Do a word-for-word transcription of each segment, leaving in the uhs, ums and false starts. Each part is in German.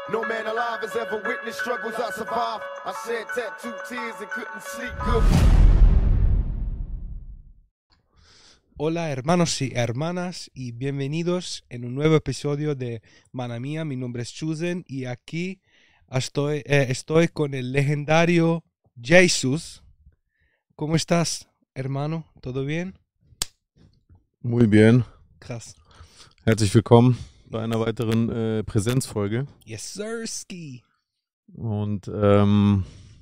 No man alive has ever witnessed struggles I survived. I shed tattooed tears and couldn't sleep good. Hola hermanos y hermanas y bienvenidos en un nuevo episodio de Mana Mía. Mi nombre es Chuzen y aquí estoy, eh, estoy con el legendario Jesus. ¿Cómo estás, hermano? ¿Todo bien? Muy bien. Krass. Herzlich willkommen bei einer weiteren äh, Präsenzfolge. Yes, sirski. Und ähm,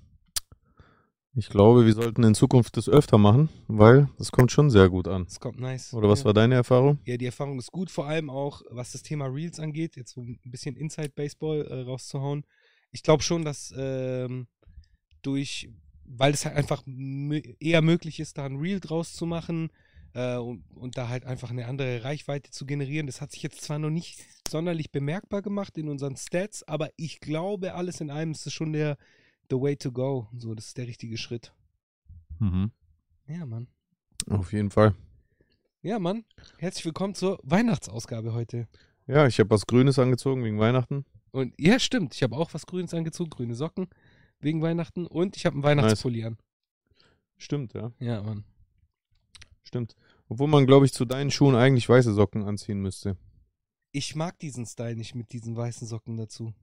ich glaube, wir sollten in Zukunft das öfter machen, weil das kommt schon sehr gut an. Es kommt nice. Oder was ja. war deine Erfahrung? Ja, die Erfahrung ist gut, vor allem auch, was das Thema Reels angeht, jetzt so ein bisschen Inside-Baseball äh, rauszuhauen. Ich glaube schon, dass ähm, durch, weil es halt einfach mö- eher möglich ist, da ein Reel draus zu machen, Äh, und, und da halt einfach eine andere Reichweite zu generieren. Das hat sich jetzt zwar noch nicht sonderlich bemerkbar gemacht in unseren Stats, aber ich glaube, alles in allem ist es schon der the way to go. So, das ist der richtige Schritt. Mhm. Ja, Mann. Auf jeden Fall. Ja, Mann. Herzlich willkommen zur Weihnachtsausgabe heute. Ja, ich habe was Grünes angezogen wegen Weihnachten. Und ja, stimmt. Ich habe auch was Grünes angezogen, grüne Socken wegen Weihnachten und ich habe einen Weihnachtspulli Nice. an. Stimmt, ja. Ja, Mann. Stimmt. Obwohl man, glaube ich, zu deinen Schuhen eigentlich weiße Socken anziehen müsste. Ich mag diesen Style nicht mit diesen weißen Socken dazu.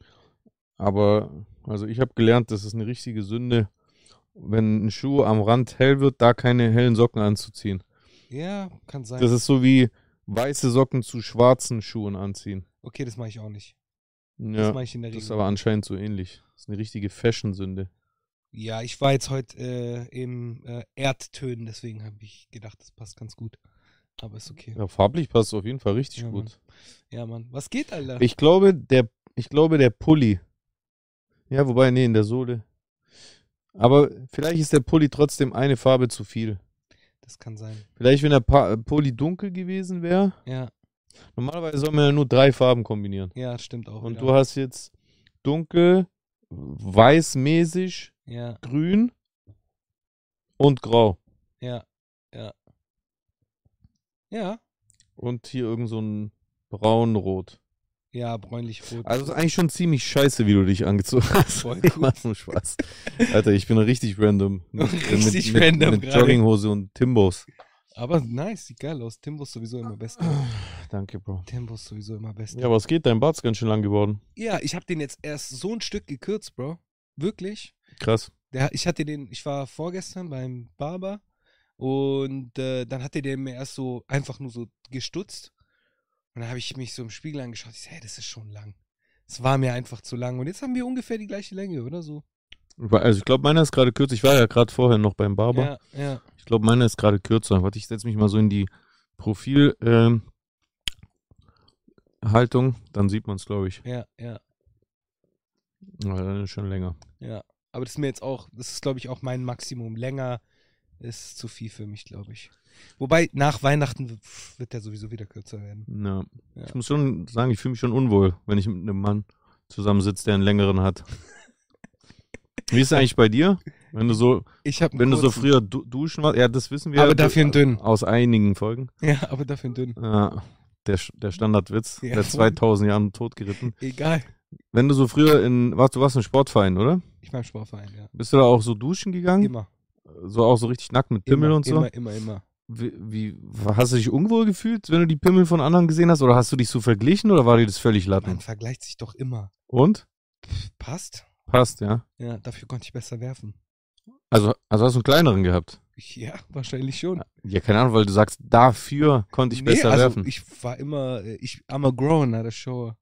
Aber, also ich habe gelernt, das ist eine richtige Sünde, wenn ein Schuh am Rand hell wird, da keine hellen Socken anzuziehen. Ja, kann sein. Das ist so wie weiße Socken zu schwarzen Schuhen anziehen. Okay, das mache ich auch nicht. Das Ja, mache ich in der das Regel. ist aber anscheinend so ähnlich. Das ist eine richtige Fashion-Sünde. Ja, ich war jetzt heute äh, im äh, Erdtönen, deswegen habe ich gedacht, das passt ganz gut. Aber ist okay. Ja, farblich passt es auf jeden Fall richtig Ja, gut. Ja, Mann. Was geht, Alter? Ich glaube, der, ich glaube, der Pulli. Ja, wobei, nee, in der Sohle. Aber vielleicht ist der Pulli trotzdem eine Farbe zu viel. Das kann sein. Vielleicht, wenn der pa- Pulli dunkel gewesen wäre. Ja, Normalerweise soll man ja nur drei Farben kombinieren. ja, stimmt auch. Und wieder. du hast jetzt dunkel, weißmäßig, Ja, grün und grau. ja, ja. Ja, Und hier irgend so ein braun-rot. ja, bräunlich-rot. Also ist eigentlich schon ziemlich scheiße, wie du dich angezogen hast. Voll Ich gut. mach nur Spaß. Alter, ich bin richtig random. Mit, Richtig mit, random Mit, mit gerade. Jogginghose und Timbos. Aber nice, sieht geil aus. Timbo ist sowieso immer best. Danke, Bro. Timbo ist sowieso immer best. Ja, was geht? Dein Bart ist ganz schön lang geworden. Ja, ich habe den jetzt erst so ein Stück gekürzt, Bro. Wirklich. Krass. Der, ich hatte den, ich war vorgestern beim Barber und äh, dann hatte der mir erst so einfach nur so gestutzt und dann habe ich mich so im Spiegel angeschaut. Ich so, hey, das ist schon lang. Es war mir einfach zu lang und jetzt haben wir ungefähr die gleiche Länge, oder so? Also ich glaube, meiner ist gerade kürzer. Ich war ja gerade vorher noch beim Barber. Ja, ja. Ich glaube, meiner ist gerade kürzer. Warte, ich setze mich mal so in die Profil ähm, Haltung. Dann sieht man es, glaube ich. Ja, ja, Ja, dann ist schon länger. ja. Aber das ist mir jetzt auch, das ist glaube ich auch mein Maximum. Länger ist zu viel für mich, glaube ich. Wobei nach Weihnachten w- wird der sowieso wieder kürzer werden. Ja. Ja. Ich muss schon sagen, ich fühle mich schon unwohl, wenn ich mit einem Mann zusammensitze, der einen längeren hat. Wie ist es eigentlich bei dir? Wenn du so, Ich habe wenn du so früher du duschen warst, ja, das wissen wir Aber ja, dafür einen dünnen. aus einigen Folgen. Ja, aber dafür einen dünnen. Ja, der, der Standardwitz, Ja, der voll. zweitausend Jahren totgeritten. Egal. Wenn du so früher in, warst du warst im Sportverein, oder? Ich war im Sportverein, ja. Bist du da auch so duschen gegangen? Immer. So auch so richtig nackt mit Pimmel immer, und so? Immer, immer, immer. Wie, wie, hast du dich unwohl gefühlt, wenn du die Pimmel von anderen gesehen hast? Oder hast du dich so verglichen oder war dir das völlig Man Latten? vergleicht sich doch immer. Und? Passt? Passt, ja. Ja, dafür konnte ich besser werfen. Also, also hast du einen kleineren gehabt? Ja, wahrscheinlich schon. Ja, keine Ahnung, weil du sagst, dafür konnte ich besser also werfen. ich war immer, äh, ich, I'm a grown, not a shower.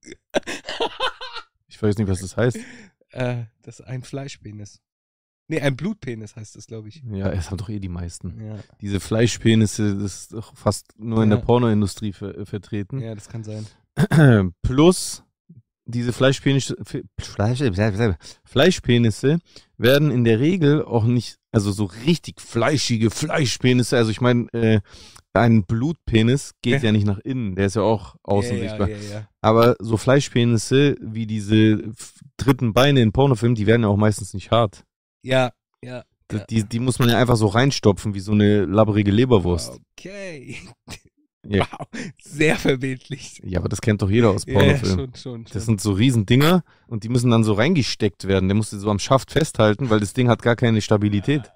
Ich weiß nicht, was das heißt. Äh, das ist ein Fleischpenis. Nee, ein Blutpenis heißt das, glaube ich. Ja, es haben doch eh die meisten. Ja, Diese Fleischpenisse, das ist doch fast nur in Ja. der Pornoindustrie ver vertreten. ja, das kann sein. Plus diese Fleischpenisse, Fleisch, Fleischpenisse werden in der Regel auch nicht, also so richtig fleischige Fleischpenisse, also ich meine, äh, ein Blutpenis geht Ja. ja nicht nach innen, der ist ja auch außen ja, sichtbar. ja, ja, ja. Aber so Fleischpenisse wie diese f- dritten Beine in Pornofilmen, die werden ja auch meistens nicht hart. Ja, ja. Die, die, die muss man ja einfach so reinstopfen, wie so eine labbrige Leberwurst. Okay. Ja. Wow, sehr verbildlich. Ja, aber das kennt doch jeder aus Ja, ja, Pornofilmen. schon, schon, schon. Das sind so Riesendinger und die müssen dann so reingesteckt werden. Der muss die so am Schaft festhalten, weil das Ding hat gar keine Stabilität.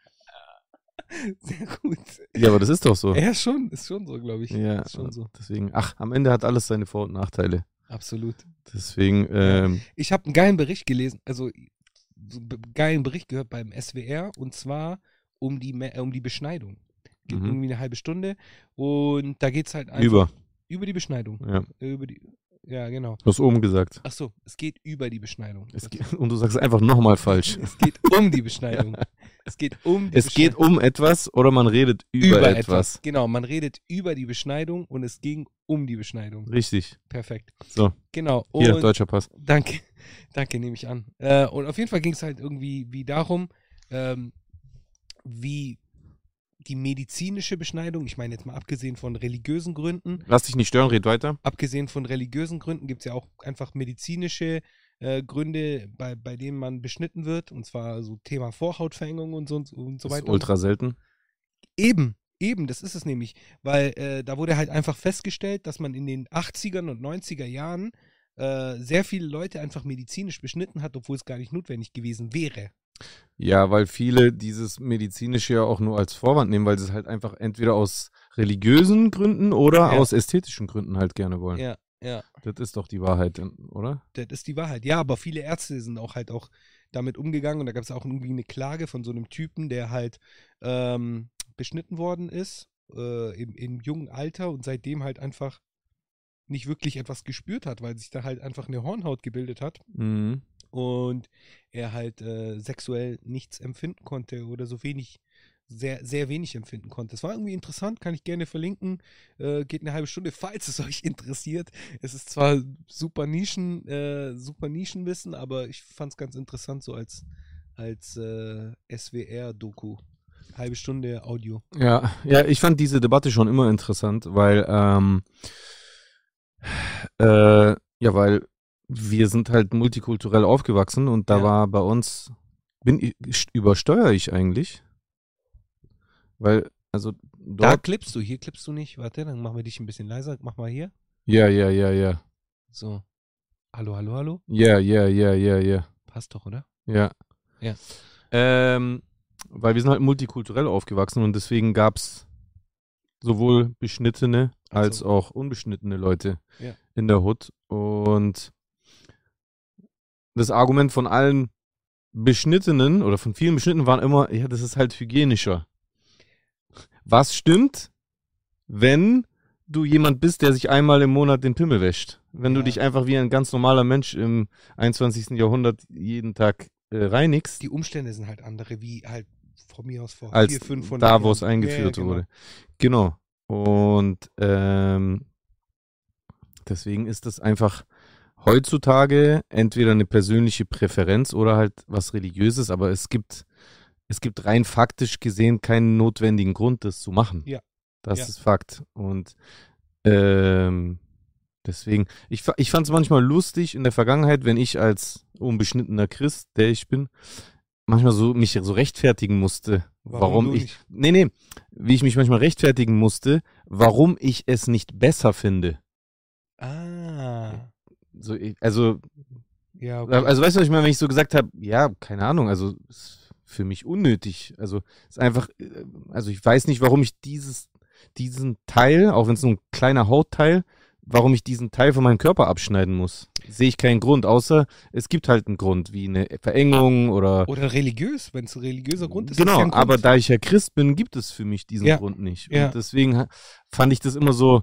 Sehr gut. Ja, aber das ist doch so. Ja, schon, ist schon so, glaube ich. Ja, Ist schon so. deswegen, ach, am Ende hat alles seine Vor- und Nachteile. Absolut. Deswegen, ähm, Ich habe einen geilen Bericht gelesen, also so einen be- geilen Bericht gehört beim S W R und zwar um die, Me- äh, um die Beschneidung. Geht Mhm. irgendwie eine halbe Stunde und da geht es halt einfach über. über die Beschneidung. Ja, Über die, ja, genau. du hast oben gesagt. Ach so, es geht über die Beschneidung. Es geht, und du sagst einfach nochmal falsch. Es geht um die Beschneidung. Es geht um die Es geht Beschneidung. um etwas oder man redet über, etwas. Genau, man redet über die Beschneidung und es ging um die Beschneidung. Richtig. Perfekt. So, Genau. hier, Und deutscher Pass. danke, danke, nehme ich an. Äh, und auf jeden Fall ging es halt irgendwie wie darum, ähm, wie die medizinische Beschneidung, ich meine jetzt mal abgesehen von religiösen Gründen, Lass dich nicht stören, red weiter. abgesehen von religiösen Gründen gibt es ja auch einfach medizinische äh, Gründe, bei, bei denen man beschnitten wird, und zwar so Thema Vorhautverengung und so, und so und so Das ist weiter. ultra selten. Eben, eben, das ist es nämlich, weil äh, da wurde halt einfach festgestellt, dass man in den achtzigern und neunziger Jahren äh, sehr viele Leute einfach medizinisch beschnitten hat, obwohl es gar nicht notwendig gewesen wäre. Ja, weil viele dieses medizinische ja auch nur als Vorwand nehmen, weil sie es halt einfach entweder aus religiösen Gründen oder Ja. aus ästhetischen Gründen halt gerne wollen. Ja, ja, Das ist doch die Wahrheit, oder? das ist die Wahrheit. Ja, aber viele Ärzte sind auch halt auch damit umgegangen und da gab es auch irgendwie eine Klage von so einem Typen, der halt ähm, beschnitten worden ist äh, im, im jungen Alter und seitdem halt einfach nicht wirklich etwas gespürt hat, weil sich da halt einfach eine Hornhaut gebildet hat. Mhm. Und er halt äh, sexuell nichts empfinden konnte oder so wenig, sehr, sehr wenig empfinden konnte. Es war irgendwie interessant, kann ich gerne verlinken. Äh, geht eine halbe Stunde, falls es euch interessiert. Es ist zwar super Nischen, äh, super Nischenwissen, aber ich fand es ganz interessant, so als, als äh, S W R-Doku. Halbe Stunde Audio. Ja, ja, ich fand diese Debatte schon immer interessant, weil, ähm, äh, ja, weil wir sind halt multikulturell aufgewachsen und da Ja. war bei uns, bin ich, übersteuere ich eigentlich? Weil, also Da dort, klippst du, hier klippst du nicht. Warte, dann machen wir dich ein bisschen leiser. Mach mal hier. ja, ja, ja, ja, So. Hallo, hallo, hallo. ja, ja, ja, ja, ja, Passt doch, oder? ja. Ja. Ähm, weil wir sind halt multikulturell aufgewachsen und deswegen gab's sowohl beschnittene Ach als so. auch unbeschnittene Leute Ja. in der Hood. Und das Argument von allen Beschnittenen oder von vielen Beschnittenen waren immer, ja, das ist halt hygienischer. Was stimmt, wenn du jemand bist, der sich einmal im Monat den Pimmel wäscht? Wenn du Ja. dich einfach wie ein ganz normaler Mensch im einundzwanzigsten Jahrhundert jeden Tag äh, reinigst, Die Umstände sind halt andere, wie halt von mir aus vor als vier, fünfhundert da, wo es Jahren. eingeführt Ja, ja, wurde. Genau. Und ähm, deswegen ist das einfach heutzutage entweder eine persönliche Präferenz oder halt was Religiöses, aber es gibt, es gibt rein faktisch gesehen keinen notwendigen Grund, das zu machen. Ja. Das Ja. ist Fakt. Und ähm, deswegen, ich, fa- ich fand es manchmal lustig in der Vergangenheit, wenn ich als unbeschnittener Christ, der ich bin, manchmal so mich so rechtfertigen musste, Warum warum, du ich, nicht? nee, nee, wie ich mich manchmal rechtfertigen musste, warum ich es nicht besser finde. Ah. So, ich- also, Ja, okay. also weißt du, was ich meine, wenn ich so gesagt habe, ja, keine Ahnung, also ist für mich unnötig. Also ist einfach, äh, also ich weiß nicht, warum ich dieses, diesen Teil, auch wenn es nur ein kleiner Hautteil, warum ich diesen Teil von meinem Körper abschneiden muss. Sehe ich keinen Grund, außer es gibt halt einen Grund, wie eine Verengung oder Oder religiös, wenn es ein religiöser Grund ist. ist genau, ja ein Grund. aber da ich ja Christ bin, gibt es für mich diesen Ja, Grund nicht. ja. Und deswegen ha- fand ich das immer so,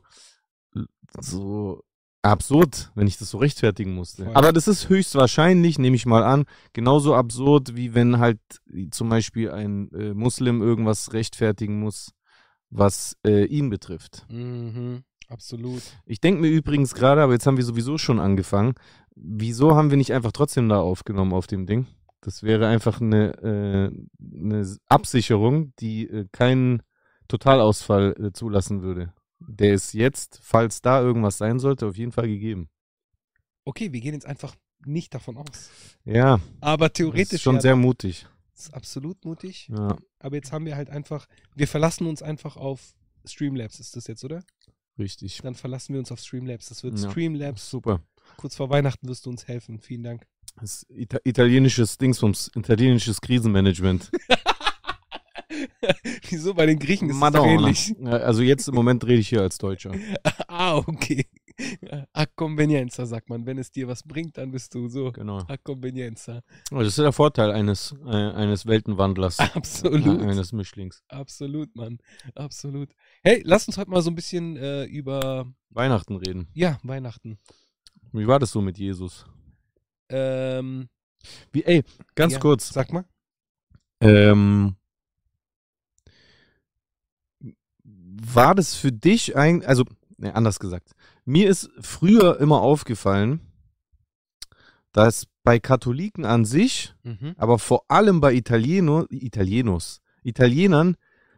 so absurd, wenn ich das so rechtfertigen musste. Voll. Aber das ist höchstwahrscheinlich, nehme ich mal an, genauso absurd, wie wenn halt zum Beispiel ein äh, Muslim irgendwas rechtfertigen muss, was äh, ihn betrifft. Mhm, absolut. Ich denke mir übrigens gerade, aber jetzt haben wir sowieso schon angefangen, wieso haben wir nicht einfach trotzdem da aufgenommen auf dem Ding? Das wäre einfach eine, äh, eine Absicherung, die äh, keinen Totalausfall äh, zulassen würde. Der ist jetzt, falls da irgendwas sein sollte, auf jeden Fall gegeben. Okay, wir gehen jetzt einfach nicht davon aus. Ja, Aber das theoretisch ist schon ja, sehr mutig. das ist absolut mutig. Ja. Aber jetzt haben wir halt einfach, wir verlassen uns einfach auf Streamlabs, ist das jetzt, oder? Richtig. Dann verlassen wir uns auf Streamlabs. Das wird Ja. Streamlabs. Super. Kurz vor Weihnachten wirst du uns helfen. Vielen Dank. Das ist Ita italienisches Dingsbums, italienisches Krisenmanagement. Wieso? Bei den Griechen ist es doch Madonna. ähnlich. Ja, also jetzt im Moment rede ich hier als Deutscher. Ah, okay. A convenienza, sagt man. Wenn es dir was bringt, dann bist du so. Genau. A convenienza. Oh, das ist der Vorteil eines, äh, eines Weltenwandlers. Absolut. Äh, eines Mischlings. Absolut, Mann. Absolut. Hey, lass uns heute mal so ein bisschen äh, über, Weihnachten reden. ja, Weihnachten. Wie war das so mit Jesus? Ähm, Wie, ey, ganz ja, kurz. Sag mal. Ähm, war das für dich eigentlich, also, ne, anders gesagt. Mir ist früher immer aufgefallen, dass bei Katholiken an sich, Mhm. aber vor allem bei Italieno, Italienos, Italienern,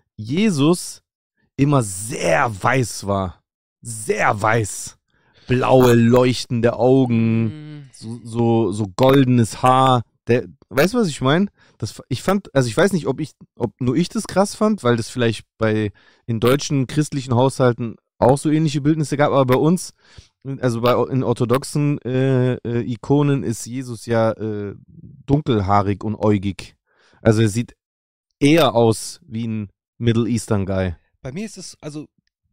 Jesus immer sehr weiß war. Sehr weiß. Blaue, leuchtende Augen, Mm, so, so, so goldenes Haar. Der, weißt du, was ich meine? Das, ich fand, also ich weiß nicht, ob ich, ob nur ich das krass fand, weil das vielleicht bei in deutschen christlichen Haushalten auch so ähnliche Bildnisse gab, aber bei uns, also bei in orthodoxen äh, äh, Ikonen ist Jesus ja äh, dunkelhaarig und äugig. Also er sieht eher aus wie ein Middle Eastern Guy. Bei mir ist es, also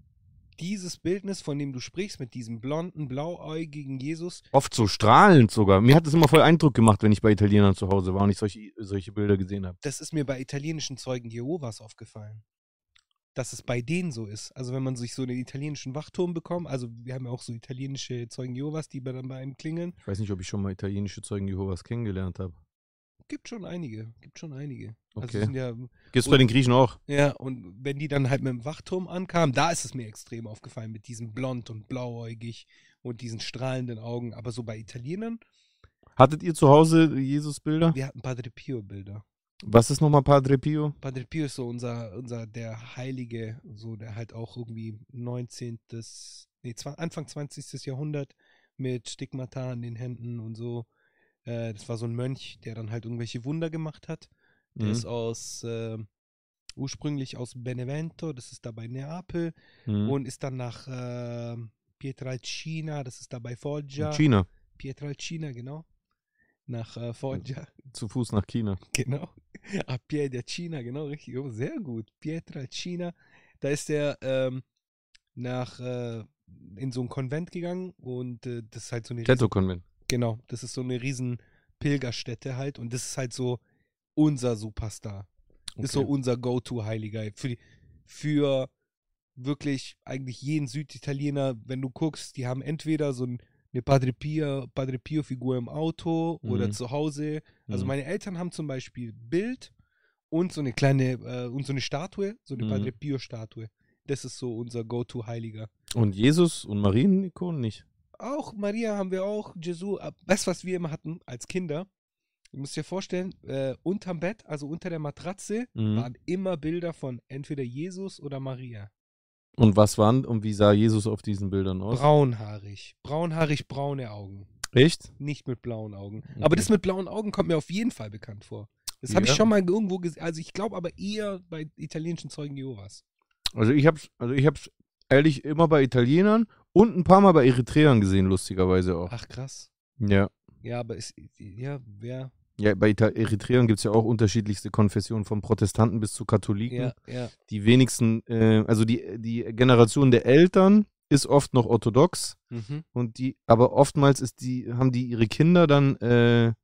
dieses Bildnis, von dem du sprichst, mit diesem blonden, blauäugigen Jesus, Oft so strahlend sogar. Mir hat es immer voll Eindruck gemacht, wenn ich bei Italienern zu Hause war und ich solche, solche Bilder gesehen habe. das ist mir bei italienischen Zeugen Jehovas aufgefallen. Dass es bei denen so ist. Also wenn man sich so den italienischen Wachturm bekommt, also wir haben ja auch so italienische Zeugen Jehovas, die dann bei einem klingeln. Ich weiß nicht, ob ich schon mal italienische Zeugen Jehovas kennengelernt habe. Gibt schon einige, gibt schon einige. Also Okay. sind ja, Gibt's bei den Griechen auch? ja, und wenn die dann halt mit dem Wachturm ankamen, da ist es mir extrem aufgefallen, mit diesem blond und blauäugig und diesen strahlenden Augen. Aber so bei Italienern, Hattet ihr zu Hause Jesus-Bilder? wir hatten Padre Pio-Bilder. Was ist nochmal Padre Pio? Padre Pio ist so unser, unser, der Heilige, so der halt auch irgendwie neunzehnten. Nee, zwa- Anfang zwanzigsten. Jahrhundert mit Stigmata an den Händen und so. Äh, das war so ein Mönch, der dann halt irgendwelche Wunder gemacht hat. Der Mhm. ist aus, äh, ursprünglich aus Benevento, das ist da bei Neapel, Mhm. und ist dann nach äh, Pietrelcina, das ist da bei Foggia. China. Pietrelcina, genau. Nach äh, Foggia. Zu Fuß nach China. Genau. A Piedi a Cina, genau, richtig. Oh, sehr gut. Pietrelcina. Da ist er ähm, nach äh, in so ein Konvent gegangen und äh, das ist halt so eine riesen, Tetto-Konvent. genau, das ist so eine riesen Pilgerstätte halt und das ist halt so unser Superstar. Ist so Okay. unser Go-To-Heiliger für die, für wirklich eigentlich jeden Süditaliener, wenn du guckst, die haben entweder so ein eine Padre Pio, Padre Pio Figur im Auto oder Mhm. zu Hause. Also Mhm. meine Eltern haben zum Beispiel Bild und so eine kleine äh, und so eine Statue, so eine Mhm. Padre Pio Statue. Das ist so unser Go-To-Heiliger. Und Jesus und Marienikonen nicht? Auch Maria haben wir auch, Jesu. äh, Weißt du, was wir immer hatten als Kinder? Du musst dir vorstellen, äh, unterm Bett, also unter der Matratze, Mhm. waren immer Bilder von entweder Jesus oder Maria. Und was waren und wie sah Jesus auf diesen Bildern aus? Braunhaarig. Braunhaarig, braune Augen. Echt? Nicht mit blauen Augen. Okay. Aber das mit blauen Augen kommt mir auf jeden Fall bekannt vor. Das habe ich Ja. schon mal irgendwo gesehen. Also ich glaube aber eher bei italienischen Zeugen Jehovas. Also ich hab's, also ich hab's ehrlich immer bei Italienern und ein paar Mal bei Eritreern gesehen, lustigerweise auch. Ach krass. Ja. Ja, aber ist, ja, wer, Ja, bei Ita Eritreern gibt es ja auch unterschiedlichste Konfessionen, von Protestanten bis zu Katholiken. ja, ja. Die wenigsten, äh, also die, die Generation der Eltern ist oft noch orthodox Mhm. und die, aber oftmals ist die, haben die ihre Kinder dann äh,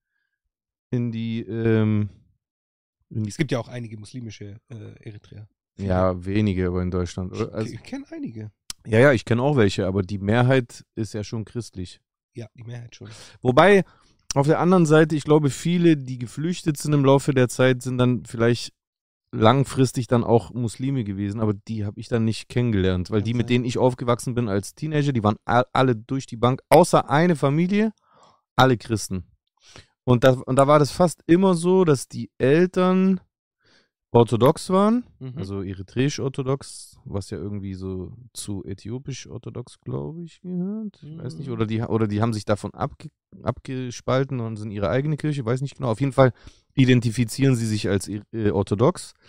in die, ähm, in die Es gibt ja auch einige muslimische äh, Eritreer. ja, wenige aber in Deutschland. Oder? Also, ich kenne einige. ja, ja, ich kenne auch welche, aber die Mehrheit ist ja schon christlich. Ja, die Mehrheit schon. Wobei, auf der anderen Seite, ich glaube, viele, die geflüchtet sind im Laufe der Zeit, sind dann vielleicht langfristig dann auch Muslime gewesen, aber die habe ich dann nicht kennengelernt, weil Kann die, mit sein. denen ich aufgewachsen bin als Teenager, die waren a- alle durch die Bank, außer eine Familie, alle Christen. Und da, und da war das fast immer so, dass die Eltern orthodox waren, Mhm. also eritreisch-orthodox, was ja irgendwie so zu äthiopisch-orthodox, glaube ich, gehört. Ich weiß nicht. Mhm. Oder die, oder die haben sich davon abge, abgespalten und sind ihre eigene Kirche, weiß nicht genau. Auf jeden Fall identifizieren sie sich als äh, orthodox. Mhm.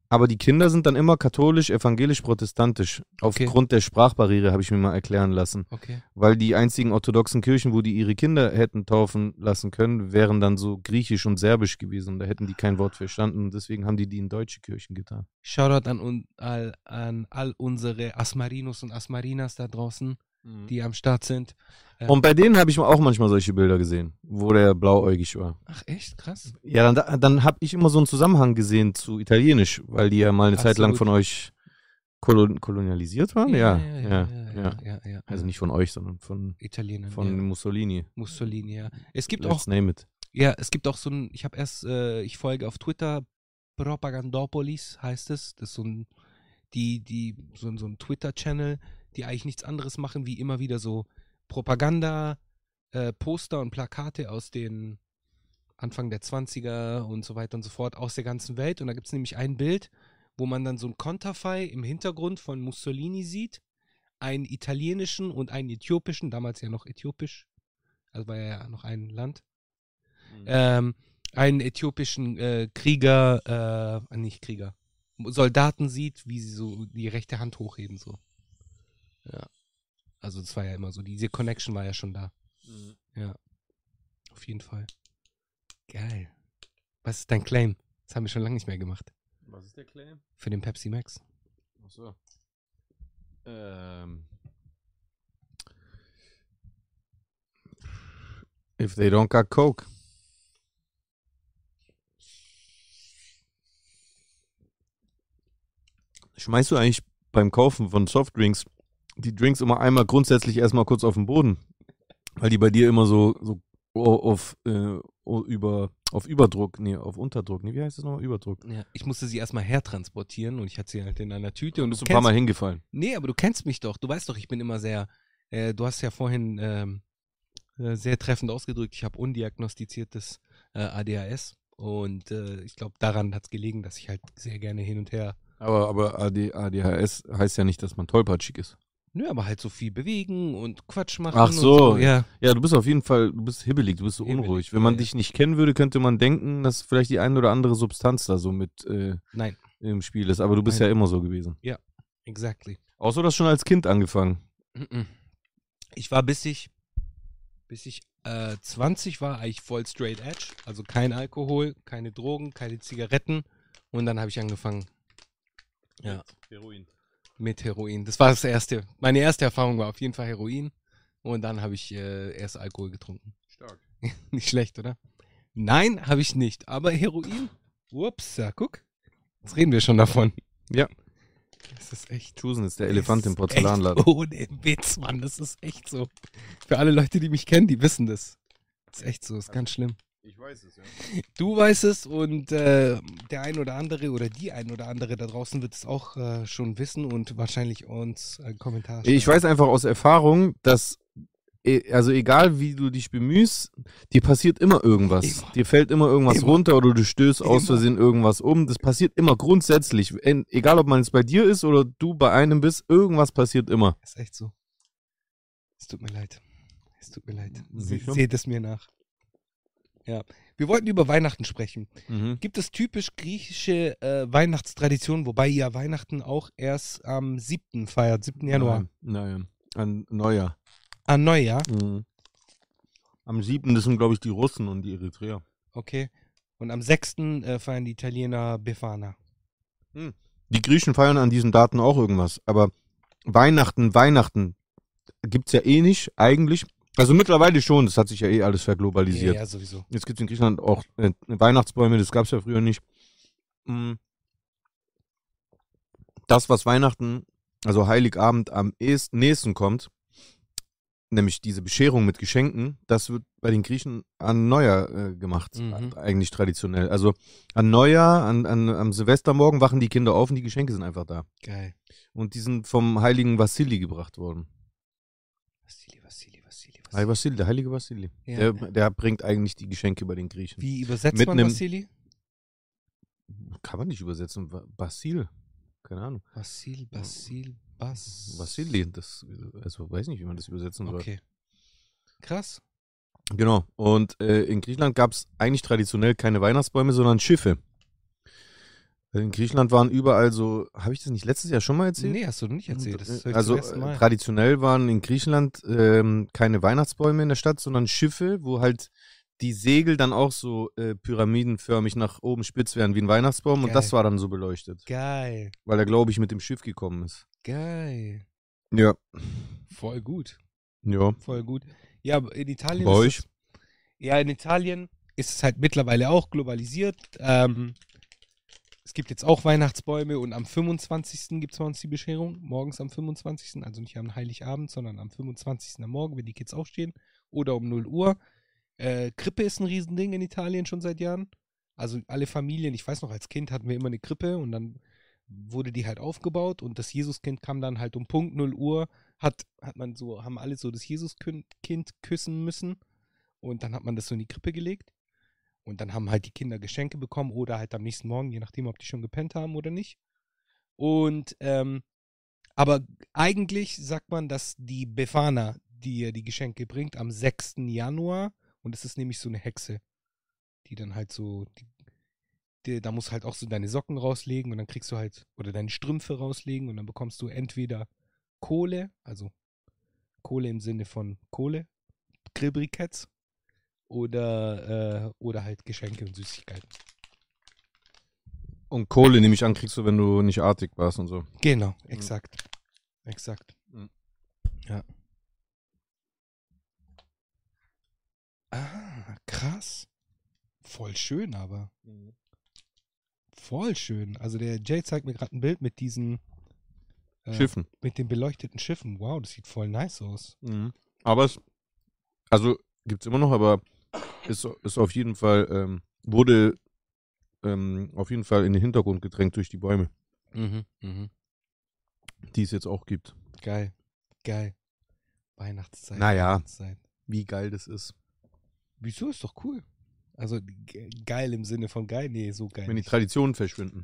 Aber die Kinder sind dann immer katholisch, evangelisch, protestantisch. Okay. Aufgrund der Sprachbarriere, habe ich mir mal erklären lassen. Okay. Weil die einzigen orthodoxen Kirchen, wo die ihre Kinder hätten taufen lassen können, wären dann so griechisch und serbisch gewesen. Und da hätten die kein Wort verstanden. Und deswegen haben die die in deutsche Kirchen getan. Shoutout an, un, all, an all unsere Asmarinos und Asmarinas da draußen, die am Start sind. Ähm, Und bei denen habe ich auch manchmal solche Bilder gesehen, wo der blauäugig war. Ach echt? Krass. Ja, dann, dann habe ich immer so einen Zusammenhang gesehen zu Italienisch, weil die ja mal eine Ach Zeit so, lang gut. von euch kolon kolonialisiert waren. Ja ja, ja, ja, ja, ja, ja, ja. Also nicht von euch, sondern von, Italiener. von ja. Mussolini. Mussolini, ja. Es gibt Let's auch, name it. ja, es gibt auch so ein, ich habe erst, äh, ich folge auf Twitter, Propagandopolis heißt es. Das ist so ein, die, die, so, ein- so ein Twitter-Channel, die eigentlich nichts anderes machen, wie immer wieder so Propaganda, äh, Poster und Plakate aus den Anfang der zwanziger und so weiter und so fort aus der ganzen Welt. Und da gibt es nämlich ein Bild, wo man dann so ein Konterfei im Hintergrund von Mussolini sieht, einen italienischen und einen äthiopischen, damals ja noch äthiopisch, also war ja noch ein Land, ähm, einen äthiopischen äh, Krieger, äh, nicht Krieger, Soldaten sieht, wie sie so die rechte Hand hochheben, so. Ja. Also das war ja immer so, diese Connection war ja schon da. Ja. Auf jeden Fall. Geil. Was ist dein Claim? Das haben wir schon lange nicht mehr gemacht. Was ist der Claim? Für den Pepsi Max. Achso. Ähm. If they don't got Coke. Schmeißt du eigentlich beim Kaufen von Softdrinks die Drinks immer einmal grundsätzlich erstmal kurz auf den Boden? Weil die bei dir immer so, so auf, äh, über, auf Überdruck, nee, auf Unterdruck, nee, wie heißt das nochmal? Überdruck. Ja. Ich musste sie erstmal hertransportieren und ich hatte sie halt in einer Tüte. Und Bist du du ein paar kennst, Mal hingefallen. nee, aber du kennst mich doch. Du weißt doch, ich bin immer sehr, äh, du hast ja vorhin ähm, äh, sehr treffend ausgedrückt, ich habe undiagnostiziertes äh, A D H S. Und äh, ich glaube, daran hat es gelegen, dass ich halt sehr gerne hin und her. Aber, aber A D, A D H S heißt ja nicht, dass man tollpatschig ist. Nö, aber halt so viel bewegen und Quatsch machen. Ach und so. Ja. Ja, du bist auf jeden Fall, du bist hibbelig, du bist so Hibbelig, unruhig. Wenn man ja, ja. dich nicht kennen würde, könnte man denken, dass vielleicht die eine oder andere Substanz da so mit äh, Nein, im Spiel ist. Aber du bist Nein. ja immer so gewesen. exactly. Auch so, das schon als Kind angefangen. Mhm. Ich war bis ich, bis ich äh, zwanzig war, eigentlich voll straight edge. Also kein Alkohol, keine Drogen, keine Zigaretten. Und dann habe ich angefangen. Ja. Heroin. Mit Heroin. Das war das erste. Meine erste Erfahrung war auf jeden Fall Heroin. Und dann habe ich äh, erst Alkohol getrunken. Stark. Nicht schlecht, oder? Nein, habe ich nicht. Aber Heroin? Ups, ja, guck. Jetzt reden wir schon davon. Ja. Das ist echt. Chusen ist der Elefant im Ist Porzellanladen. Echt ohne Witz, Mann. Das ist echt so. Für alle Leute, die mich kennen, die wissen das. Das ist echt so. Das ist ganz schlimm. Ich weiß es, ja. Du weißt es und äh, der ein oder andere oder die ein oder andere da draußen wird es auch äh, schon wissen und wahrscheinlich uns einen Kommentar Ich weiß einfach aus Erfahrung, dass, e- also egal wie du dich bemühst, dir passiert immer irgendwas. Immer. Dir fällt immer irgendwas Immer. runter oder du stößt aus Immer. Versehen irgendwas um. Das passiert immer grundsätzlich. En- Egal, ob man jetzt bei dir ist oder du bei einem bist, irgendwas passiert immer. Das ist echt so. Es tut mir leid. Es tut mir leid. Sicher? Se seht es mir nach. Ja. Wir wollten über Weihnachten sprechen. Mhm. Gibt es typisch griechische äh, Weihnachtstraditionen, wobei ihr Weihnachten auch erst am siebten feiert, siebten Januar? Nein, nein. An Neujahr. An Neujahr? Mhm. Am siebten das sind, glaube ich, die Russen und die Eritreer. Okay. Und am sechsten Äh, feiern die Italiener Befana. Die Griechen feiern an diesen Daten auch irgendwas. Aber Weihnachten, Weihnachten gibt's ja eh nicht, eigentlich. Also mittlerweile schon, das hat sich ja eh alles verglobalisiert. Ja, ja, sowieso. Jetzt gibt es in Griechenland auch äh, Weihnachtsbäume, das gab es ja früher nicht. Mm. Das, was Weihnachten, also Heiligabend am ehesten, nächsten kommt, nämlich diese Bescherung mit Geschenken, das wird bei den Griechen an Neujahr äh, gemacht, Mhm. eigentlich traditionell. Also an Neujahr, an, an, am Silvestermorgen wachen die Kinder auf und die Geschenke sind einfach da. Geil. Und die sind vom heiligen Vassili gebracht worden. Vassili, Vassili, Vassili, Heilige Vassili, der heilige Vassili. Ja. Der, der bringt eigentlich die Geschenke bei den Griechen. Wie übersetzt Mit man nem- Vassili? Kann man nicht übersetzen. Va- Basil. Keine Ahnung. Vassil, Basil, Bas. Vassili, das, also weiß nicht, wie man das übersetzen soll. Okay. Krass. Genau. Und äh, in Griechenland gab es eigentlich traditionell keine Weihnachtsbäume, sondern Schiffe. In Griechenland waren überall so, habe ich das nicht letztes Jahr schon mal erzählt? Nee, hast du nicht erzählt. Das höre ich Also zum ersten Mal. äh, traditionell waren in Griechenland ähm, keine Weihnachtsbäume in der Stadt, sondern Schiffe, wo halt die Segel dann auch so äh, pyramidenförmig nach oben spitz werden wie ein Weihnachtsbaum und Geil. das war dann so beleuchtet, Geil, weil er, glaube ich, mit dem Schiff gekommen ist. geil. Ja. Voll gut, Ja. voll gut. Ja, aber in Italien Bei ist euch? es, ja, in Italien ist es halt mittlerweile auch globalisiert. Ähm, es gibt jetzt auch Weihnachtsbäume und am fünfundzwanzigsten gibt es bei uns die Bescherung. Morgens am fünfundzwanzigsten Also nicht am Heiligabend, sondern am fünfundzwanzigsten am Morgen, wenn die Kids aufstehen. Oder um null Uhr. Äh, Krippe ist ein Riesending in Italien schon seit Jahren. Also alle Familien, ich weiß noch, als Kind hatten wir immer eine Krippe und dann wurde die halt aufgebaut und das Jesuskind kam dann halt um Punkt null Uhr, hat, hat man so, haben alle so das Jesuskind küssen müssen und dann hat man das so in die Krippe gelegt und dann haben halt die Kinder Geschenke bekommen oder halt am nächsten Morgen, je nachdem, ob die schon gepennt haben oder nicht. Und, ähm, aber eigentlich sagt man, dass die Befana, die ihr die Geschenke bringt, am sechsten Januar, und es ist nämlich so eine Hexe, die dann halt so, die, die, da musst du halt auch so deine Socken rauslegen und dann kriegst du halt, oder deine Strümpfe rauslegen und dann bekommst du entweder Kohle, also Kohle im Sinne von Kohle, Grillbriketts, oder, äh, oder halt Geschenke und Süßigkeiten. Und Kohle, nehme ich an, kriegst du, wenn du nicht artig warst und so. Genau, exakt. Exakt. Mhm. Ja. Ah, krass. Voll schön, aber. Voll schön. Also der Jay zeigt mir gerade ein Bild mit diesen äh, Schiffen. mit den beleuchteten Schiffen. Wow, das sieht voll nice aus. Mhm. Aber es, also gibt es immer noch, aber ist, ist auf jeden Fall, ähm, wurde ähm, auf jeden Fall in den Hintergrund gedrängt durch die Bäume, Mhm, mhm. die es jetzt auch gibt. Geil. Geil. Weihnachtszeit. Naja. Weihnachtszeit. Wie geil das ist. Wieso ist doch cool? Also ge- geil im Sinne von geil? Nee, so geil. Wenn die nicht. Traditionen verschwinden.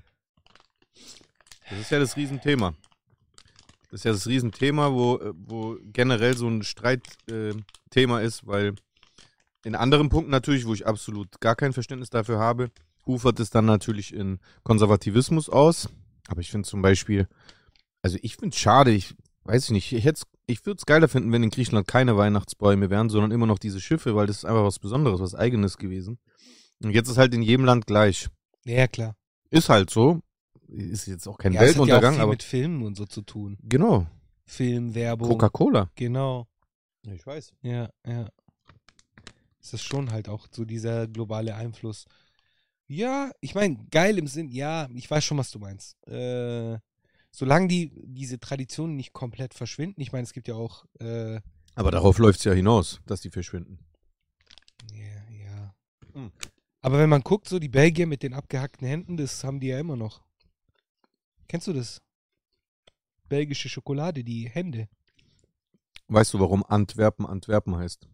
Das ist ja das Riesenthema. Das ist ja das Riesenthema, wo, äh, wo generell so ein Streitthema äh, Thema ist, weil in anderen Punkten natürlich, wo ich absolut gar kein Verständnis dafür habe, ufert es dann natürlich in Konservativismus aus. Aber ich finde zum Beispiel, also ich finde es schade, ich weiß ich nicht, ich, hätt's- ich würde es geiler finden, wenn in Griechenland keine Weihnachtsbäume wären, sondern immer noch diese Schiffe, weil das ist einfach was Besonderes, was Eigenes gewesen. Und jetzt ist halt in jedem Land gleich. Ja, klar. Ist halt so. Ist jetzt auch kein Ja, es hat ja auch Weltuntergang, viel aber mit Filmen und so zu tun. genau. Film, Werbung. Coca-Cola. Genau. Ich weiß. Ja, ja. Es ist schon halt auch so dieser globale Einfluss. Ja, ich meine, geil im Sinn, ja, ich weiß schon, was du meinst. Äh, solange die, diese Traditionen nicht komplett verschwinden, ich meine, es gibt ja auch, äh, Aber darauf läuft es ja hinaus, dass die verschwinden. ja, ja. Hm. Aber wenn man guckt, so die Belgier mit den abgehackten Händen, das haben die ja immer noch. Kennst du das? Belgische Schokolade, die Hände. Weißt du, warum Antwerpen Antwerpen heißt?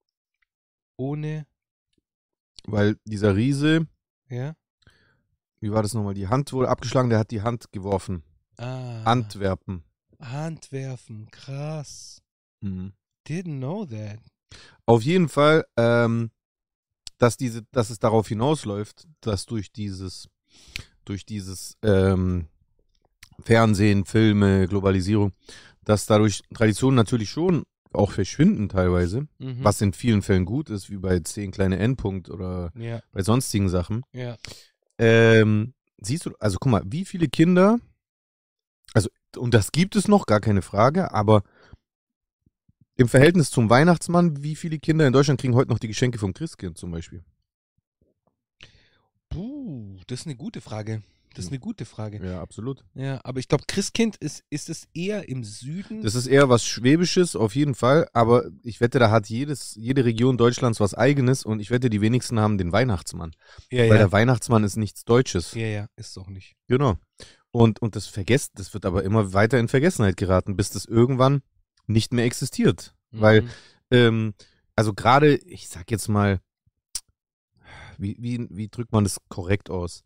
Ohne, Weil dieser Riese, ja? wie war das nochmal, die Hand wurde abgeschlagen, der hat die Hand geworfen. Ah. Antwerpen. Handwerfen, krass. Mhm. Didn't know that. Auf jeden Fall, ähm, dass diese, dass es darauf hinausläuft, dass durch dieses, durch dieses ähm, Fernsehen, Filme, Globalisierung, dass dadurch Traditionen natürlich schon auch verschwinden teilweise, Mhm. was in vielen Fällen gut ist, wie bei zehn kleine Endpunkt oder Ja, bei sonstigen Sachen. ja. Ähm, siehst du, also guck mal, wie viele Kinder, also, und das gibt es noch, gar keine Frage, aber im Verhältnis zum Weihnachtsmann, wie viele Kinder in Deutschland kriegen heute noch die Geschenke vom Christkind zum Beispiel? Puh, das ist eine gute Frage. Das ist eine gute Frage. Ja, absolut. Ja, aber ich glaube, Christkind ist, ist es eher im Süden. Das ist eher was Schwäbisches, auf jeden Fall, aber ich wette, da hat jedes, jede Region Deutschlands was Eigenes und ich wette, die wenigsten haben den Weihnachtsmann. ja, Weil ja. der Weihnachtsmann ist nichts Deutsches. ja, ja, ist es auch nicht. Genau. Und, und das vergesst, das wird aber immer weiter in Vergessenheit geraten, bis das irgendwann nicht mehr existiert. Weil, Mhm. ähm, also gerade, ich sag jetzt mal, wie, wie, wie drückt man das korrekt aus?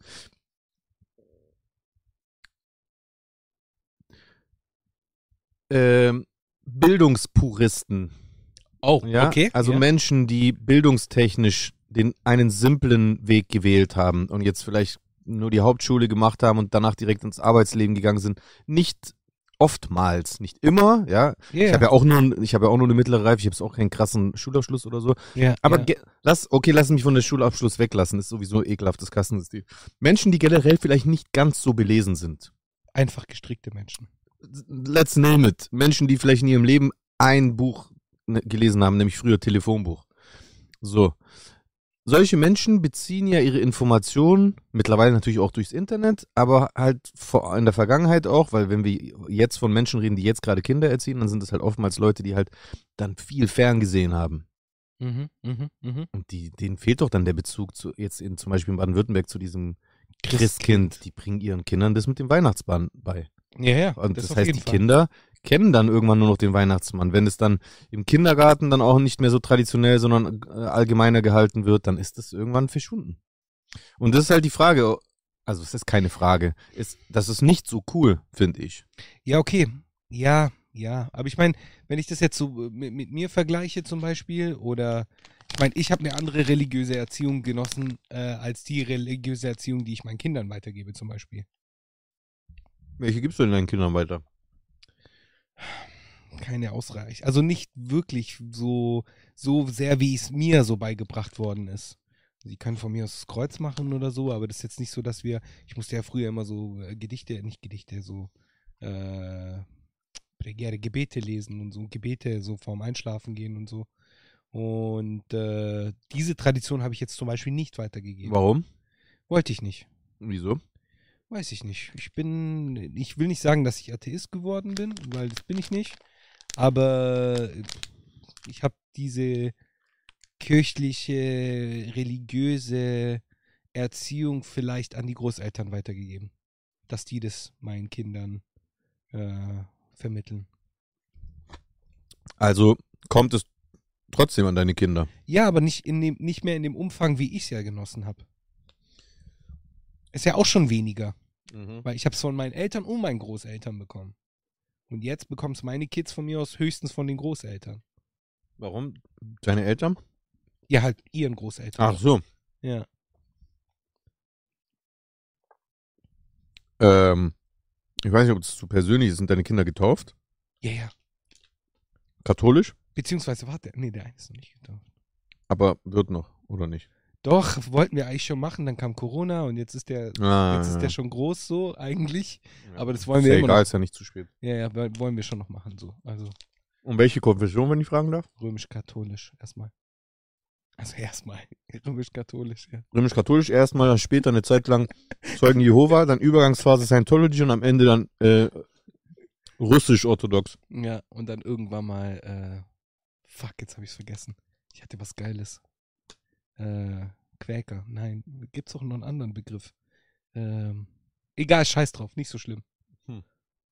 Ähm, Bildungspuristen. Oh, Ja, okay. also ja. Menschen, die bildungstechnisch den einen simplen Weg gewählt haben und jetzt vielleicht nur die Hauptschule gemacht haben und danach direkt ins Arbeitsleben gegangen sind, nicht oftmals, nicht immer, ja. Yeah. Ich habe ja auch nur, ich habe ja auch nur eine mittlere Reife, ich habe auch keinen krassen Schulabschluss oder so. Ja, Aber ja. ge- lass, okay, lass mich von der Schulabschluss weglassen, ist sowieso ekelhaftes Kassensystem. Menschen, die generell vielleicht nicht ganz so belesen sind. Einfach gestrickte Menschen. Let's name it. Menschen, die vielleicht in ihrem Leben ein Buch ne, gelesen haben, nämlich früher Telefonbuch. So. Solche Menschen beziehen ja ihre Informationen, mittlerweile natürlich auch durchs Internet, aber halt vor, in der Vergangenheit auch, weil wenn wir jetzt von Menschen reden, die jetzt gerade Kinder erziehen, dann sind es halt oftmals Leute, die halt dann viel ferngesehen haben. Mhm, mhm, mhm. Und die, denen fehlt doch dann der Bezug zu, jetzt in, zum Beispiel in Baden-Württemberg zu diesem Christkind. Christkind. Die bringen ihren Kindern das mit dem Weihnachtsmann bei. Ja, ja. Und das, auf heißt, jeden die Fall. Kinder kennen dann irgendwann nur noch den Weihnachtsmann. Wenn es dann im Kindergarten dann auch nicht mehr so traditionell, sondern äh, allgemeiner gehalten wird, dann ist das irgendwann verschwunden. Und das ist halt die Frage, also es ist keine Frage, ist, das ist nicht so cool, finde ich. Ja, okay. Ja, ja. Aber ich meine, wenn ich das jetzt so mit, mit mir vergleiche zum Beispiel, oder ich meine, ich habe eine andere religiöse Erziehung genossen, äh, als die religiöse Erziehung, die ich meinen Kindern weitergebe zum Beispiel. Welche gibst du denn deinen Kindern weiter? Keine ausreichend. Also nicht wirklich so, so sehr, wie es mir so beigebracht worden ist. Sie können von mir aus das Kreuz machen oder so, aber das ist jetzt nicht so, dass wir, ich musste ja früher immer so äh, Gedichte, nicht Gedichte, so äh, Pregere, Gebete lesen und so Gebete so vorm Einschlafen gehen und so. Und äh, diese Tradition habe ich jetzt zum Beispiel nicht weitergegeben. Warum? Wollte ich nicht. Wieso? Weiß ich nicht. Ich bin, ich will nicht sagen, dass ich Atheist geworden bin, weil das bin ich nicht. Aber ich habe diese kirchliche, religiöse Erziehung vielleicht an die Großeltern weitergegeben. Dass die das meinen Kindern äh, vermitteln. Also kommt es trotzdem an deine Kinder. Ja, aber nicht, in dem, nicht mehr in dem Umfang, wie ich es ja genossen habe. Ist ja auch schon weniger. Mhm. Weil ich habe es von meinen Eltern und meinen Großeltern bekommen. Und jetzt bekommen es meine Kids von mir aus höchstens von den Großeltern. Warum? Deine Eltern? Ja, halt ihren Großeltern. Ach so. Ja. Ähm, ich weiß nicht, ob es zu persönlich ist. Sind deine Kinder getauft? Ja, ja. Katholisch? Beziehungsweise, warte, nee, der eine ist noch nicht getauft. Aber wird noch, oder nicht? Doch, wollten wir eigentlich schon machen, dann kam Corona und jetzt ist der, Ah, jetzt ist ja. der schon groß so eigentlich. Ja. Aber das wollen Ist wir ja immer egal, noch. ist ja nicht zu spät. Ja, ja, wir- wollen wir schon noch machen so. Also Und welche Konfession, wenn ich fragen darf? römisch-katholisch erstmal. Also erstmal römisch-katholisch, ja. Römisch-katholisch erstmal, dann später eine Zeit lang Zeugen Jehova, dann Übergangsphase Scientology und am Ende dann äh, russisch-orthodox. Ja, und dann irgendwann mal, äh, fuck, jetzt habe ich es vergessen. Ich hatte was Geiles. Äh, Quäker, nein, gibt's auch noch einen anderen Begriff. Ähm, egal, scheiß drauf, nicht so schlimm. Hm.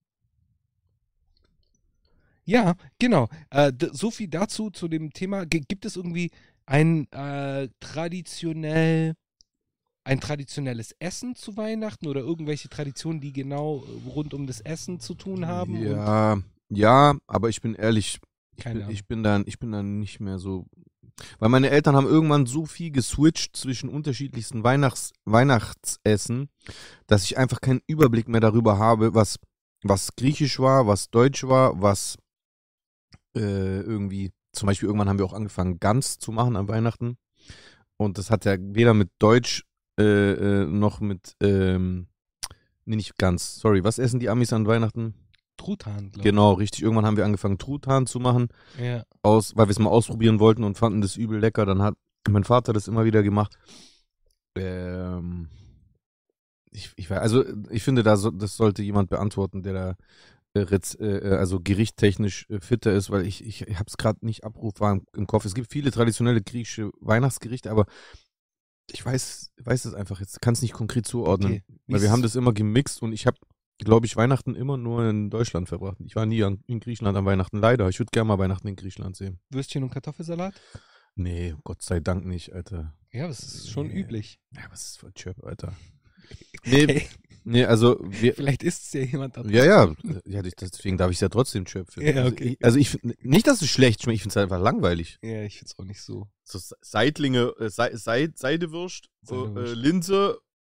Ja, genau. Äh, d- so viel dazu, zu dem Thema. G gibt es irgendwie ein äh, traditionell, ein traditionelles Essen zu Weihnachten oder irgendwelche Traditionen, die genau äh, rund um das Essen zu tun haben? Und Ja, ja, aber ich bin ehrlich, ich Keine bin, Ahnung. ich bin dann, ich bin dann nicht mehr so, weil meine Eltern haben irgendwann so viel geswitcht zwischen unterschiedlichsten Weihnachts Weihnachtsessen, dass ich einfach keinen Überblick mehr darüber habe, was was griechisch war, was deutsch war, was äh, irgendwie, zum Beispiel irgendwann haben wir auch angefangen, Gans zu machen an Weihnachten. Und das hat ja weder mit Deutsch äh, äh, noch mit, ähm, nee, nicht Gans, sorry, was essen die Amis an Weihnachten? Truthahn, glaube Genau, richtig. Irgendwann haben wir angefangen, Truthahn zu machen, ich. Ja. aus, weil wir es mal ausprobieren wollten und fanden das übel lecker. Dann hat mein Vater das immer wieder gemacht. Ähm, ich, ich, weiß- also ich finde, da so, das sollte jemand beantworten, der da äh, Rez- äh, also gerichttechnisch äh, fitter ist, weil ich, ich, ich habe es gerade nicht abrufbar im, im Kopf. Es gibt viele traditionelle griechische Weihnachtsgerichte, aber ich weiß, weiß es einfach jetzt, kann es nicht konkret zuordnen. Okay. Weil wir haben das immer gemixt und ich habe, glaube ich, Weihnachten immer nur in Deutschland verbracht. Ich war nie an, in Griechenland an Weihnachten, leider. Ich würde gerne mal Weihnachten in Griechenland sehen. Würstchen und Kartoffelsalat? Nee, Gott sei Dank nicht, Alter. Ja, das ist schon Nee. üblich. Ja, was ist voll Chöp, Alter. Nee, Hey, nee, also wir, vielleicht isst es ja jemand da ja, ja, ja, deswegen darf ich es ja trotzdem Chöp finden. Ja, Also okay. ich, also ich find- nicht, dass es schlecht schmeckt, ich finde es einfach langweilig. Ja, ich find's auch nicht so. So Seitlinge, äh, Sei, Sei, Seidewurst, Seidewurst. Äh, Linse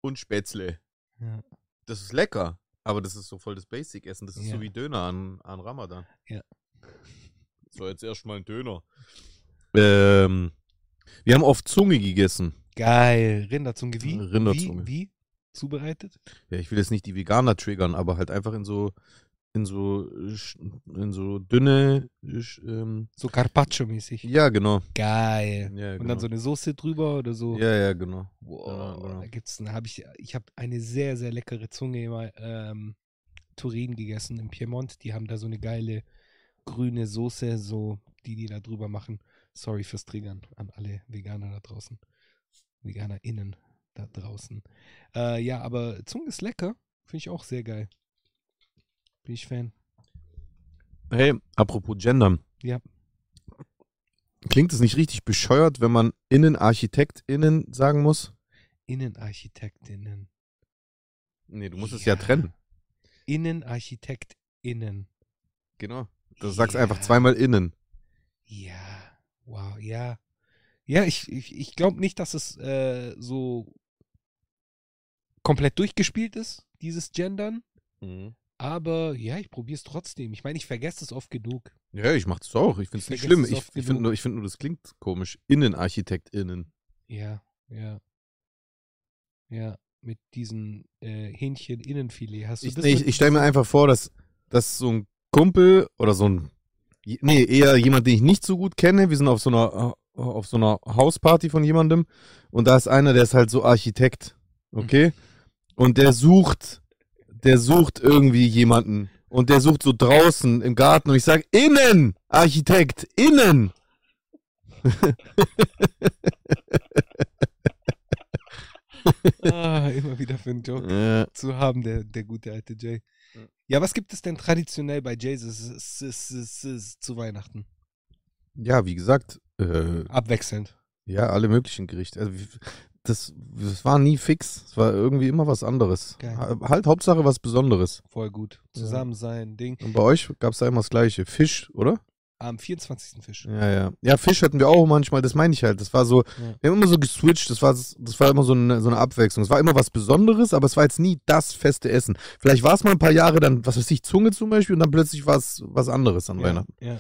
und Spätzle. Ja. Das ist lecker, aber das ist so voll das Basic-Essen. Das ist Ja. so wie Döner an, an Ramadan. Ja. So, jetzt erstmal ein Döner. Ähm, wir haben oft Zunge gegessen. Geil. Rinderzunge. Wie? Rinderzunge. Wie? Wie? Zubereitet? Ja, ich will jetzt nicht die Veganer triggern, aber halt einfach in so in so in so dünne ähm, So Carpaccio-mäßig. ja, genau. Geil. Ja, Und genau. dann so eine Soße drüber oder so. Ja, ja, genau. Wow, Genau, genau. da gibt's, da habe ich, ich habe eine sehr, sehr leckere Zunge immer ähm, Turin gegessen im Piemont. Die haben da so eine geile grüne Soße, so die die da drüber machen. Sorry fürs Triggern an alle Veganer da draußen, VeganerInnen da draußen. Äh, ja, aber Zunge ist lecker, finde ich auch sehr geil. Bin ich Fan. Hey, apropos Gendern. Ja. Klingt es nicht richtig bescheuert, wenn man InnenarchitektInnen sagen muss? InnenarchitektInnen. Nee, du musst es Ja. ja trennen. InnenarchitektInnen. Genau. Du sagst Ja. einfach zweimal innen. Ja, wow, ja. Ja, ich, ich, ich glaube nicht, dass es äh, so komplett durchgespielt ist, dieses Gendern. Aber ja, ich probiere es trotzdem. Ich meine, ich vergesse es oft genug. Ja, ich mach das auch. Ich finde es Ich nicht vergesse schlimm. es Ich, oft ich finde genug. nur, ich find nur, das klingt komisch. InnenarchitektInnen. Ja, ja. Ja, mit diesen äh, Hähnchen-Innenfilet. Hast du Ich, das nee, mit ich, ich stelle mir diesem- einfach vor, dass, dass so ein Kumpel oder so ein, nee, eher jemand, den ich nicht so gut kenne. Wir sind auf so einer, auf so einer Hausparty von jemandem und da ist einer, der ist halt so Architekt, okay? Und der sucht, der sucht irgendwie jemanden und der sucht so draußen im Garten und ich sage, innen, Architekt, innen. Ah, immer wieder für einen Joke Äh, zu haben, der, der gute alte Jay. Ja. Ja, was gibt es denn traditionell bei Jays s- s- s- s- s- zu Weihnachten? ja, wie gesagt, äh, Abwechselnd. ja, alle möglichen Gerichte. Also, wie- das, das war nie fix. Es war irgendwie immer was anderes. Geil. Ha- Halt Hauptsache was Besonderes. Voll gut. Ja. Zusammen sein, Ding. Und bei euch gab es da immer das Gleiche. Fisch, oder? Am vierundzwanzigsten Fisch. Ja, ja. Ja, Fisch hatten wir auch manchmal, das meine ich halt. Das war so, Ja. wir haben immer so geswitcht, das war, das war immer so eine, so eine Abwechslung. Es war immer was Besonderes, aber es war jetzt nie das feste Essen. Vielleicht war es mal ein paar Jahre dann, was weiß ich, Zunge zum Beispiel und dann plötzlich war es was anderes an Ja, Weihnachten. ja.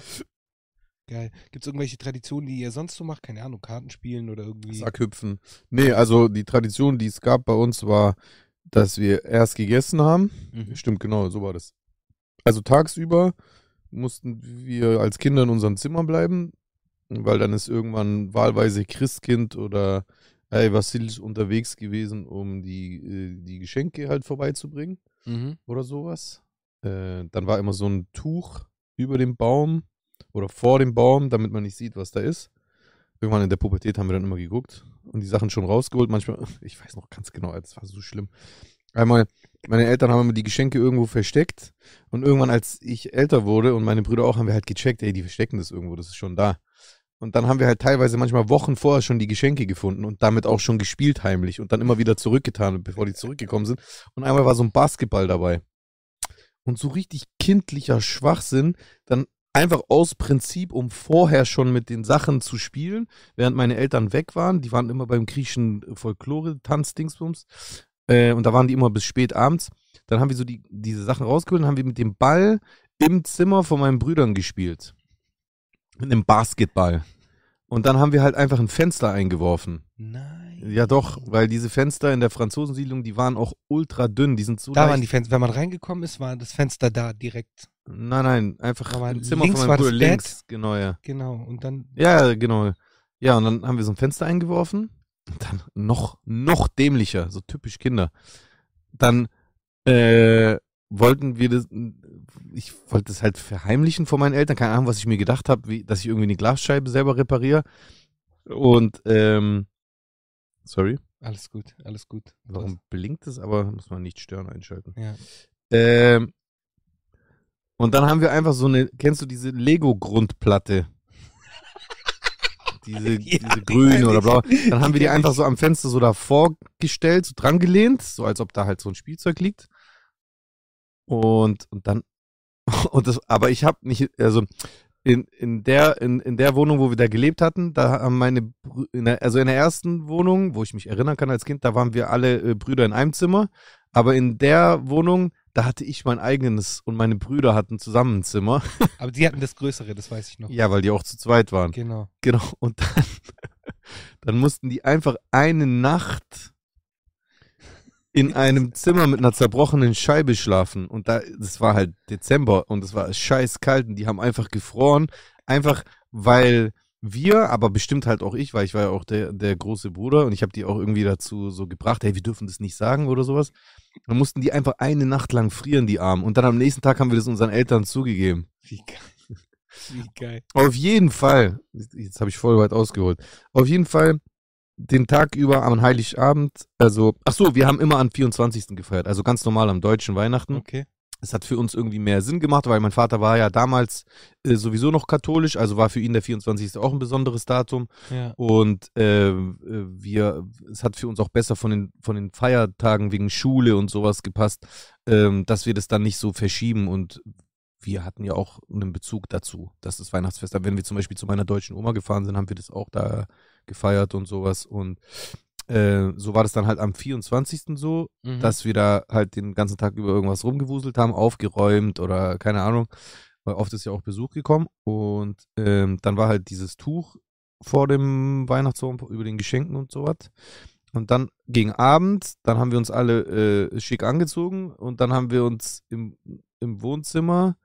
Geil. Gibt es irgendwelche Traditionen, die ihr sonst so macht? Keine Ahnung, Kartenspielen oder irgendwie. Sackhüpfen. Nee, also die Tradition, die es gab bei uns, war, dass wir erst gegessen haben. Mhm. Stimmt, genau, so war das. Also tagsüber mussten wir als Kinder in unseren Zimmern bleiben, weil dann ist irgendwann wahlweise Christkind oder ey, Vassilis unterwegs gewesen, um die, äh, die Geschenke halt vorbeizubringen Mhm. oder sowas. Äh, dann war immer so ein Tuch über dem Baum oder vor dem Baum, damit man nicht sieht, was da ist. Irgendwann in der Pubertät haben wir dann immer geguckt und die Sachen schon rausgeholt. Manchmal, ich weiß noch ganz genau, das war so schlimm. Einmal, meine Eltern haben immer die Geschenke irgendwo versteckt und irgendwann, als ich älter wurde und meine Brüder auch, haben wir halt gecheckt, ey, die verstecken das irgendwo, das ist schon da. Und dann haben wir halt teilweise manchmal Wochen vorher schon die Geschenke gefunden und damit auch schon gespielt heimlich und dann immer wieder zurückgetan, bevor die zurückgekommen sind. Und einmal war so ein Basketball dabei. Und so richtig kindlicher Schwachsinn, dann einfach aus Prinzip, um vorher schon mit den Sachen zu spielen, während meine Eltern weg waren. Die waren immer beim griechischen Folklore-Tanz-Dingsbums. Äh, und da waren die immer bis spät abends. Dann haben wir so die, diese Sachen rausgeholt und haben wir mit dem Ball im Zimmer von meinen Brüdern gespielt. Mit einem Basketball. Und dann haben wir halt einfach ein Fenster eingeworfen. Nein. Ja doch, weil diese Fenster in der Franzosensiedlung, die waren auch ultra dünn. Die sind so Da leicht. waren die Fenster. Wenn man reingekommen ist, war das Fenster da direkt. Nein, nein, einfach Aber im Zimmer links von war meinem das Bruder Bett? links. Genau, ja. Genau. Und dann. Ja, genau. Ja, und dann haben wir so ein Fenster eingeworfen. Und dann noch, noch dämlicher, so typisch Kinder. Dann äh, wollten wir das, ich wollte das halt verheimlichen vor meinen Eltern. Keine Ahnung, was ich mir gedacht habe, wie, dass ich irgendwie eine Glasscheibe selber repariere. Und, ähm, sorry, Alles gut, alles gut. warum blinkt es? Aber muss man nicht stören einschalten. Ja. Ähm, und dann haben wir einfach so eine, kennst du diese Lego-Grundplatte? Diese, Ja, diese die grüne kenn oder ich. blau. Dann haben wir Die die kenn einfach ich. so am Fenster so davor gestellt, so dran gelehnt, so als ob da halt so ein Spielzeug liegt. Und, und dann, und das, aber ich habe nicht, also in, in, der, in, in der Wohnung, wo wir da gelebt hatten, da haben meine, Brü- in der, also in der ersten Wohnung, wo ich mich erinnern kann als Kind, da waren wir alle äh, Brüder in einem Zimmer. Aber in der Wohnung, da hatte ich mein eigenes und meine Brüder hatten zusammen ein Zimmer. Aber die hatten das Größere, das weiß ich noch. Ja, weil die auch zu zweit waren. Genau. Genau. Und dann, dann mussten die einfach eine Nacht in einem Zimmer mit einer zerbrochenen Scheibe schlafen. Und da, das war halt Dezember und es war scheiß kalt und die haben einfach gefroren. Einfach, weil wir, aber bestimmt halt auch ich, weil ich war ja auch der, der große Bruder und ich habe die auch irgendwie dazu so gebracht, hey, wir dürfen das nicht sagen oder sowas. Dann mussten die einfach eine Nacht lang frieren, die Armen. Und dann am nächsten Tag haben wir das unseren Eltern zugegeben. Wie geil. Wie geil. Auf jeden Fall, jetzt habe ich voll weit ausgeholt, auf jeden Fall den Tag über am Heiligabend, also, ach so, wir haben immer am vierundzwanzigsten gefeiert, also ganz normal am deutschen Weihnachten. Okay. Es hat für uns irgendwie mehr Sinn gemacht, weil mein Vater war ja damals äh, sowieso noch katholisch, also war für ihn der vierundzwanzigste auch ein besonderes Datum. Ja. Und äh, wir, es hat für uns auch besser von den, von den Feiertagen wegen Schule und sowas gepasst, ähm, dass wir das dann nicht so verschieben und wir hatten ja auch einen Bezug dazu, dass das Weihnachtsfest, wenn wir zum Beispiel zu meiner deutschen Oma gefahren sind, haben wir das auch da gefeiert und sowas und äh, so war das dann halt am vierundzwanzigsten so, Mhm. dass wir da halt den ganzen Tag über irgendwas rumgewuselt haben, aufgeräumt oder keine Ahnung, weil oft ist ja auch Besuch gekommen und ähm, dann war halt dieses Tuch vor dem Weihnachtsbaum über den Geschenken und sowas. Und dann gegen Abend, dann haben wir uns alle äh, schick angezogen und dann haben wir uns im, im Wohnzimmer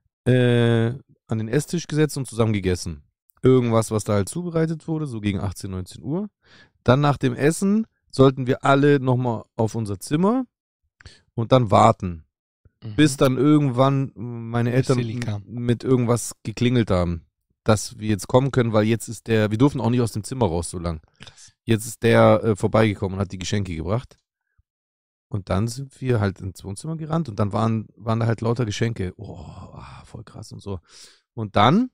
äh, an den Esstisch gesetzt und zusammen gegessen. Irgendwas, was da halt zubereitet wurde, so gegen achtzehn, neunzehn Uhr. Dann nach dem Essen sollten wir alle nochmal auf unser Zimmer und dann warten, Mhm. bis dann irgendwann meine Eltern Silly kam. m- mit irgendwas geklingelt haben, dass wir jetzt kommen können, weil jetzt ist der, wir durften auch nicht aus dem Zimmer raus so lang. Krass. Jetzt ist der äh, vorbeigekommen und hat die Geschenke gebracht. Und dann sind wir halt ins Wohnzimmer gerannt und dann waren, waren da halt lauter Geschenke. Oh, ah, voll krass und so. Und dann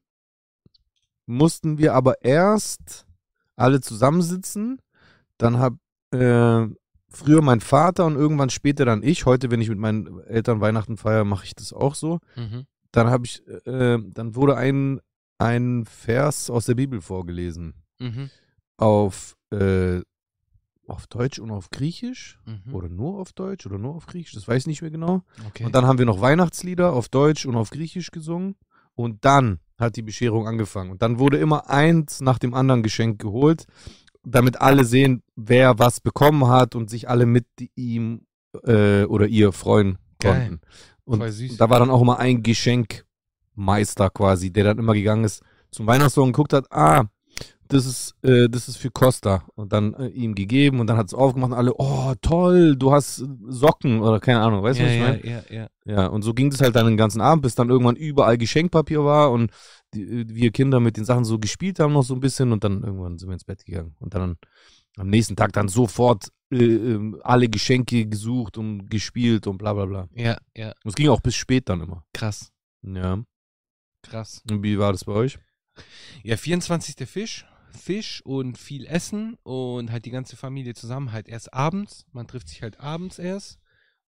mussten wir aber erst alle zusammensitzen. Dann hab äh, früher mein Vater und irgendwann später dann ich. Heute, wenn ich mit meinen Eltern Weihnachten feiere, mache ich das auch so. Mhm. Dann habe ich, äh, dann wurde ein, ein Vers aus der Bibel vorgelesen. Mhm. Auf, äh, auf Deutsch und auf Griechisch. Mhm. Oder nur auf Deutsch oder nur auf Griechisch, das weiß ich nicht mehr genau. Okay. Und dann haben wir noch Weihnachtslieder auf Deutsch und auf Griechisch gesungen. Und dann hat die Bescherung angefangen. Und dann wurde immer eins nach dem anderen Geschenk geholt, damit alle sehen, wer was bekommen hat und sich alle mit ihm äh, oder ihr freuen Geil. konnten. Und Voll süß. da war dann auch immer ein Geschenkmeister quasi, der dann immer gegangen ist zum Weihnachtsbaum und geguckt hat, ah, das ist, äh, das ist für Costa. Und dann äh, ihm gegeben und dann hat es aufgemacht und alle, oh, toll, du hast Socken oder keine Ahnung, weißt du, ja, was ich ja, meine? ja, ja. Ja, und so ging es halt dann den ganzen Abend, bis dann irgendwann überall Geschenkpapier war und die, wir Kinder mit den Sachen so gespielt haben noch so ein bisschen und dann irgendwann sind wir ins Bett gegangen. Und dann am nächsten Tag dann sofort äh, ähm, alle Geschenke gesucht und gespielt und bla bla bla. Ja, ja. Und es ging auch bis spät dann immer. Krass. Ja. Krass. Und wie war das bei euch? Ja, vierundzwanzigster Fisch. Fisch und viel Essen und halt die ganze Familie zusammen, halt erst abends. Man trifft sich halt abends erst.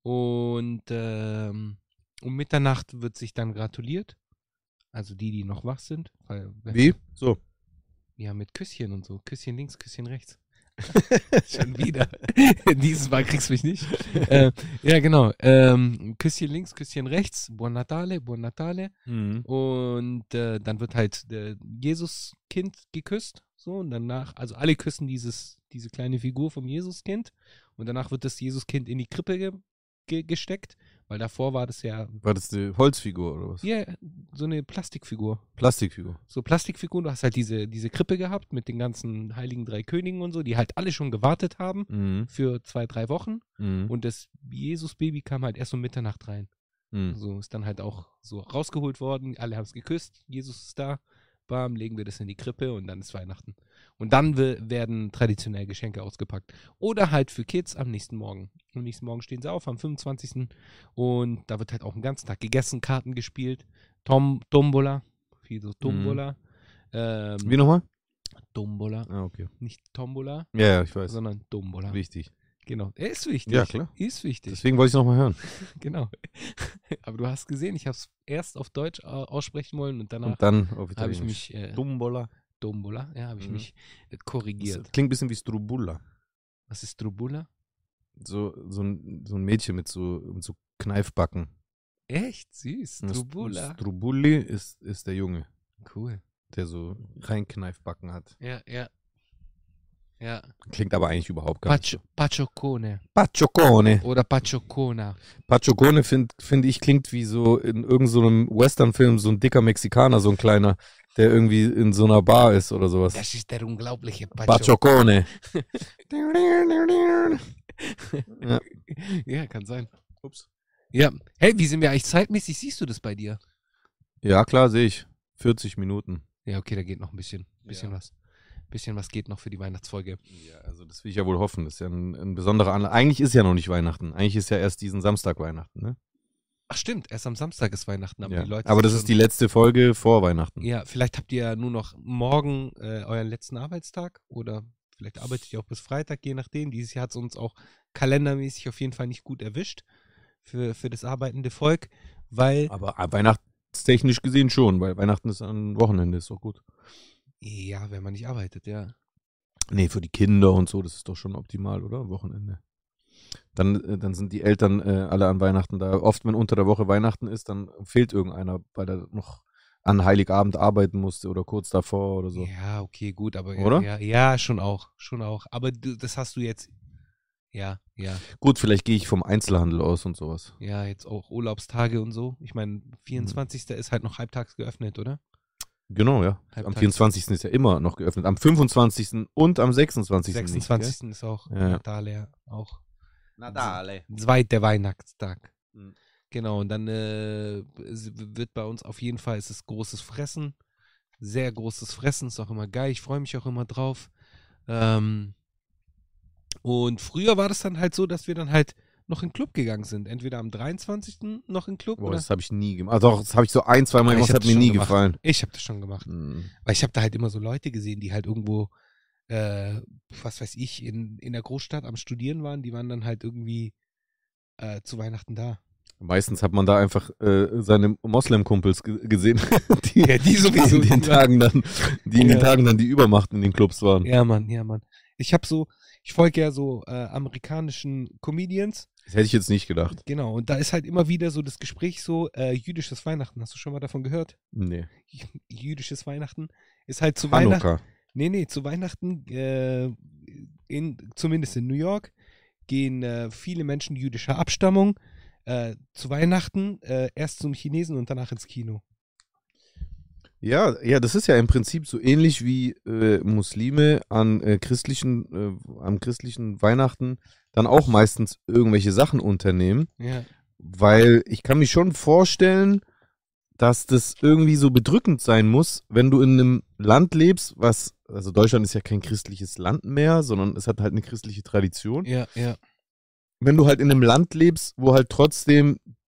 Und ähm, um Mitternacht wird sich dann gratuliert. Also die, die noch wach sind. Weil, Wie? So. Ja, mit Küsschen und so. Küsschen links, Küsschen rechts. Schon wieder. Dieses Mal kriegst du mich nicht. äh, ja, genau. Ähm, Küsschen links, Küsschen rechts. Buon Natale, Buon Natale. Mhm. Und äh, dann wird halt äh, Jesuskind geküsst. So, und danach, also alle küssen dieses, diese kleine Figur vom Jesuskind. Und danach wird das Jesuskind in die Krippe ge ge gesteckt. Weil davor war das ja, War das eine Holzfigur oder was? ja, so eine Plastikfigur. Plastikfigur. So Plastikfiguren, du hast halt diese, diese Krippe gehabt mit den ganzen heiligen drei Königen und so, die halt alle schon gewartet haben Mhm. für zwei, drei Wochen. Mhm. Und das Jesus-Baby kam halt erst um Mitternacht rein. Mhm. So ist dann halt auch so rausgeholt worden. Alle haben es geküsst. Jesus ist da. Bam, legen wir das in die Krippe und dann ist Weihnachten. Und dann we- werden traditionell Geschenke ausgepackt. Oder halt für Kids am nächsten Morgen. Am nächsten Morgen stehen sie auf, am fünfundzwanzigsten Und da wird halt auch den ganzen Tag gegessen, Karten gespielt. Tom Tombola. Viel so Tombola. Ähm, Wie nochmal? Tombola. Ah, okay. Nicht Tombola, Ja, ja, ich weiß. sondern Tombola. Wichtig. Genau. Er ist wichtig. Ja, klar. Ist wichtig. Deswegen wollte ich es nochmal hören. Genau. Aber du hast gesehen, ich habe es erst auf Deutsch äh, aussprechen wollen und danach Und dann auf habe ich Italienisch. mich äh, Dumbola. Dombola, ja, habe ich Mhm. mich äh, korrigiert. Das klingt ein bisschen wie Strubulla. Was ist Strubula? So, so, ein, so ein Mädchen mit so, mit so Kneifbacken. Echt süß. Und Strubula. Strubulli ist, ist der Junge, Cool. der so rein Kneifbacken hat. Ja, ja. Ja. Klingt aber eigentlich überhaupt gar nicht Pacho, Paciocone. so. Paciocone. Oder Paciocona. Paciocone finde find ich klingt wie so in irgendeinem so einem Western-Film so ein dicker Mexikaner, so ein kleiner, der irgendwie in so einer Bar ist oder sowas. Das ist der unglaubliche Pacho. Paciocone. Ja. Ja, kann sein. Ups. Ja. Hey, wie sind wir eigentlich zeitmäßig? Siehst du das bei dir? Ja, klar, sehe ich. vierzig Minuten. Ja, okay, da geht noch ein bisschen. Bisschen Ja. was. Bisschen was geht noch für die Weihnachtsfolge. Ja, also das will ich ja wohl hoffen. Das ist ja ein, ein besonderer Anlass. Eigentlich ist ja noch nicht Weihnachten. Eigentlich ist ja erst diesen Samstag Weihnachten, ne? Ach stimmt, erst am Samstag ist Weihnachten, aber Ja. die Leute Aber das sind ist die letzte Folge vor Weihnachten. Ja, vielleicht habt ihr ja nur noch morgen äh, euren letzten Arbeitstag oder vielleicht arbeitet ihr auch bis Freitag, je nachdem. Dieses Jahr hat es uns auch kalendermäßig auf jeden Fall nicht gut erwischt für, für das arbeitende Volk, weil, Aber weihnachtstechnisch gesehen schon, weil Weihnachten ist am Wochenende, ist doch gut. ja, wenn man nicht arbeitet, ja. Nee, für die Kinder und so, das ist doch schon optimal, oder? Am Wochenende. Dann, äh, dann sind die Eltern äh, alle an Weihnachten da. Oft, wenn unter der Woche Weihnachten ist, dann fehlt irgendeiner, weil er noch an Heiligabend arbeiten musste oder kurz davor oder so. Ja, okay, gut, aber Oder? Ja, ja, schon auch, schon auch. Aber du, das hast du jetzt, ja, ja, Gut, vielleicht gehe ich vom Einzelhandel aus und sowas. ja, jetzt auch Urlaubstage und so. Ich meine, vierundzwanzigster ist halt noch halbtags geöffnet, oder? Genau, ja. Am Halbtags. vierundzwanzigsten ist ja immer noch geöffnet. Am fünfundzwanzigsten und am sechsundzwanzigsten sechsundzwanzigsten ist auch Ja. Natale, ja, auch. Nicht, Natale. Zweiter Weihnachtstag. Mhm. Genau, und dann äh, es wird bei uns auf jeden Fall, es ist großes Fressen, sehr großes Fressen, ist auch immer geil, ich freue mich auch immer drauf. Ähm, und früher war das dann halt so, dass wir dann halt noch in den Club gegangen sind, entweder am dreiundzwanzigsten noch in den Club Boah, oder... das habe ich nie gemacht. Also doch, das habe ich so ein, zwei Mal Ja, ich gemacht, hab das hat das mir schon nie gemacht. gefallen. Ich habe das schon gemacht, Mhm. weil ich habe da halt immer so Leute gesehen, die halt irgendwo, äh, was weiß ich, in, in der Großstadt am Studieren waren, die waren dann halt irgendwie äh, zu Weihnachten da. Meistens hat man da einfach äh, seine Moslem-Kumpels ge gesehen, die, Ja, die sowieso. in den Tagen dann, die in den Ja. Tagen dann die Übermacht in den Clubs waren. Ja, Mann, ja, Mann. Ich habe so, ich folge ja so äh, amerikanischen Comedians, Das hätte ich jetzt nicht gedacht. genau, und da ist halt immer wieder so das Gespräch so, äh, jüdisches Weihnachten, hast du schon mal davon gehört? Nee. Jüdisches Weihnachten ist halt zu Weihnachten, Hanukkah. nee, nee, zu Weihnachten, äh, in, zumindest in New York, gehen äh, viele Menschen jüdischer Abstammung äh, zu Weihnachten äh, erst zum Chinesen und danach ins Kino. Ja, ja, das ist ja im Prinzip so ähnlich wie äh, Muslime an äh, christlichen, äh, am christlichen Weihnachten dann auch meistens irgendwelche Sachen unternehmen, Ja, weil ich kann mir schon vorstellen, dass das irgendwie so bedrückend sein muss, wenn du in einem Land lebst, was, also Deutschland ist ja kein christliches Land mehr, sondern es hat halt eine christliche Tradition. ja, ja, Wenn du halt in einem Land lebst, wo halt trotzdem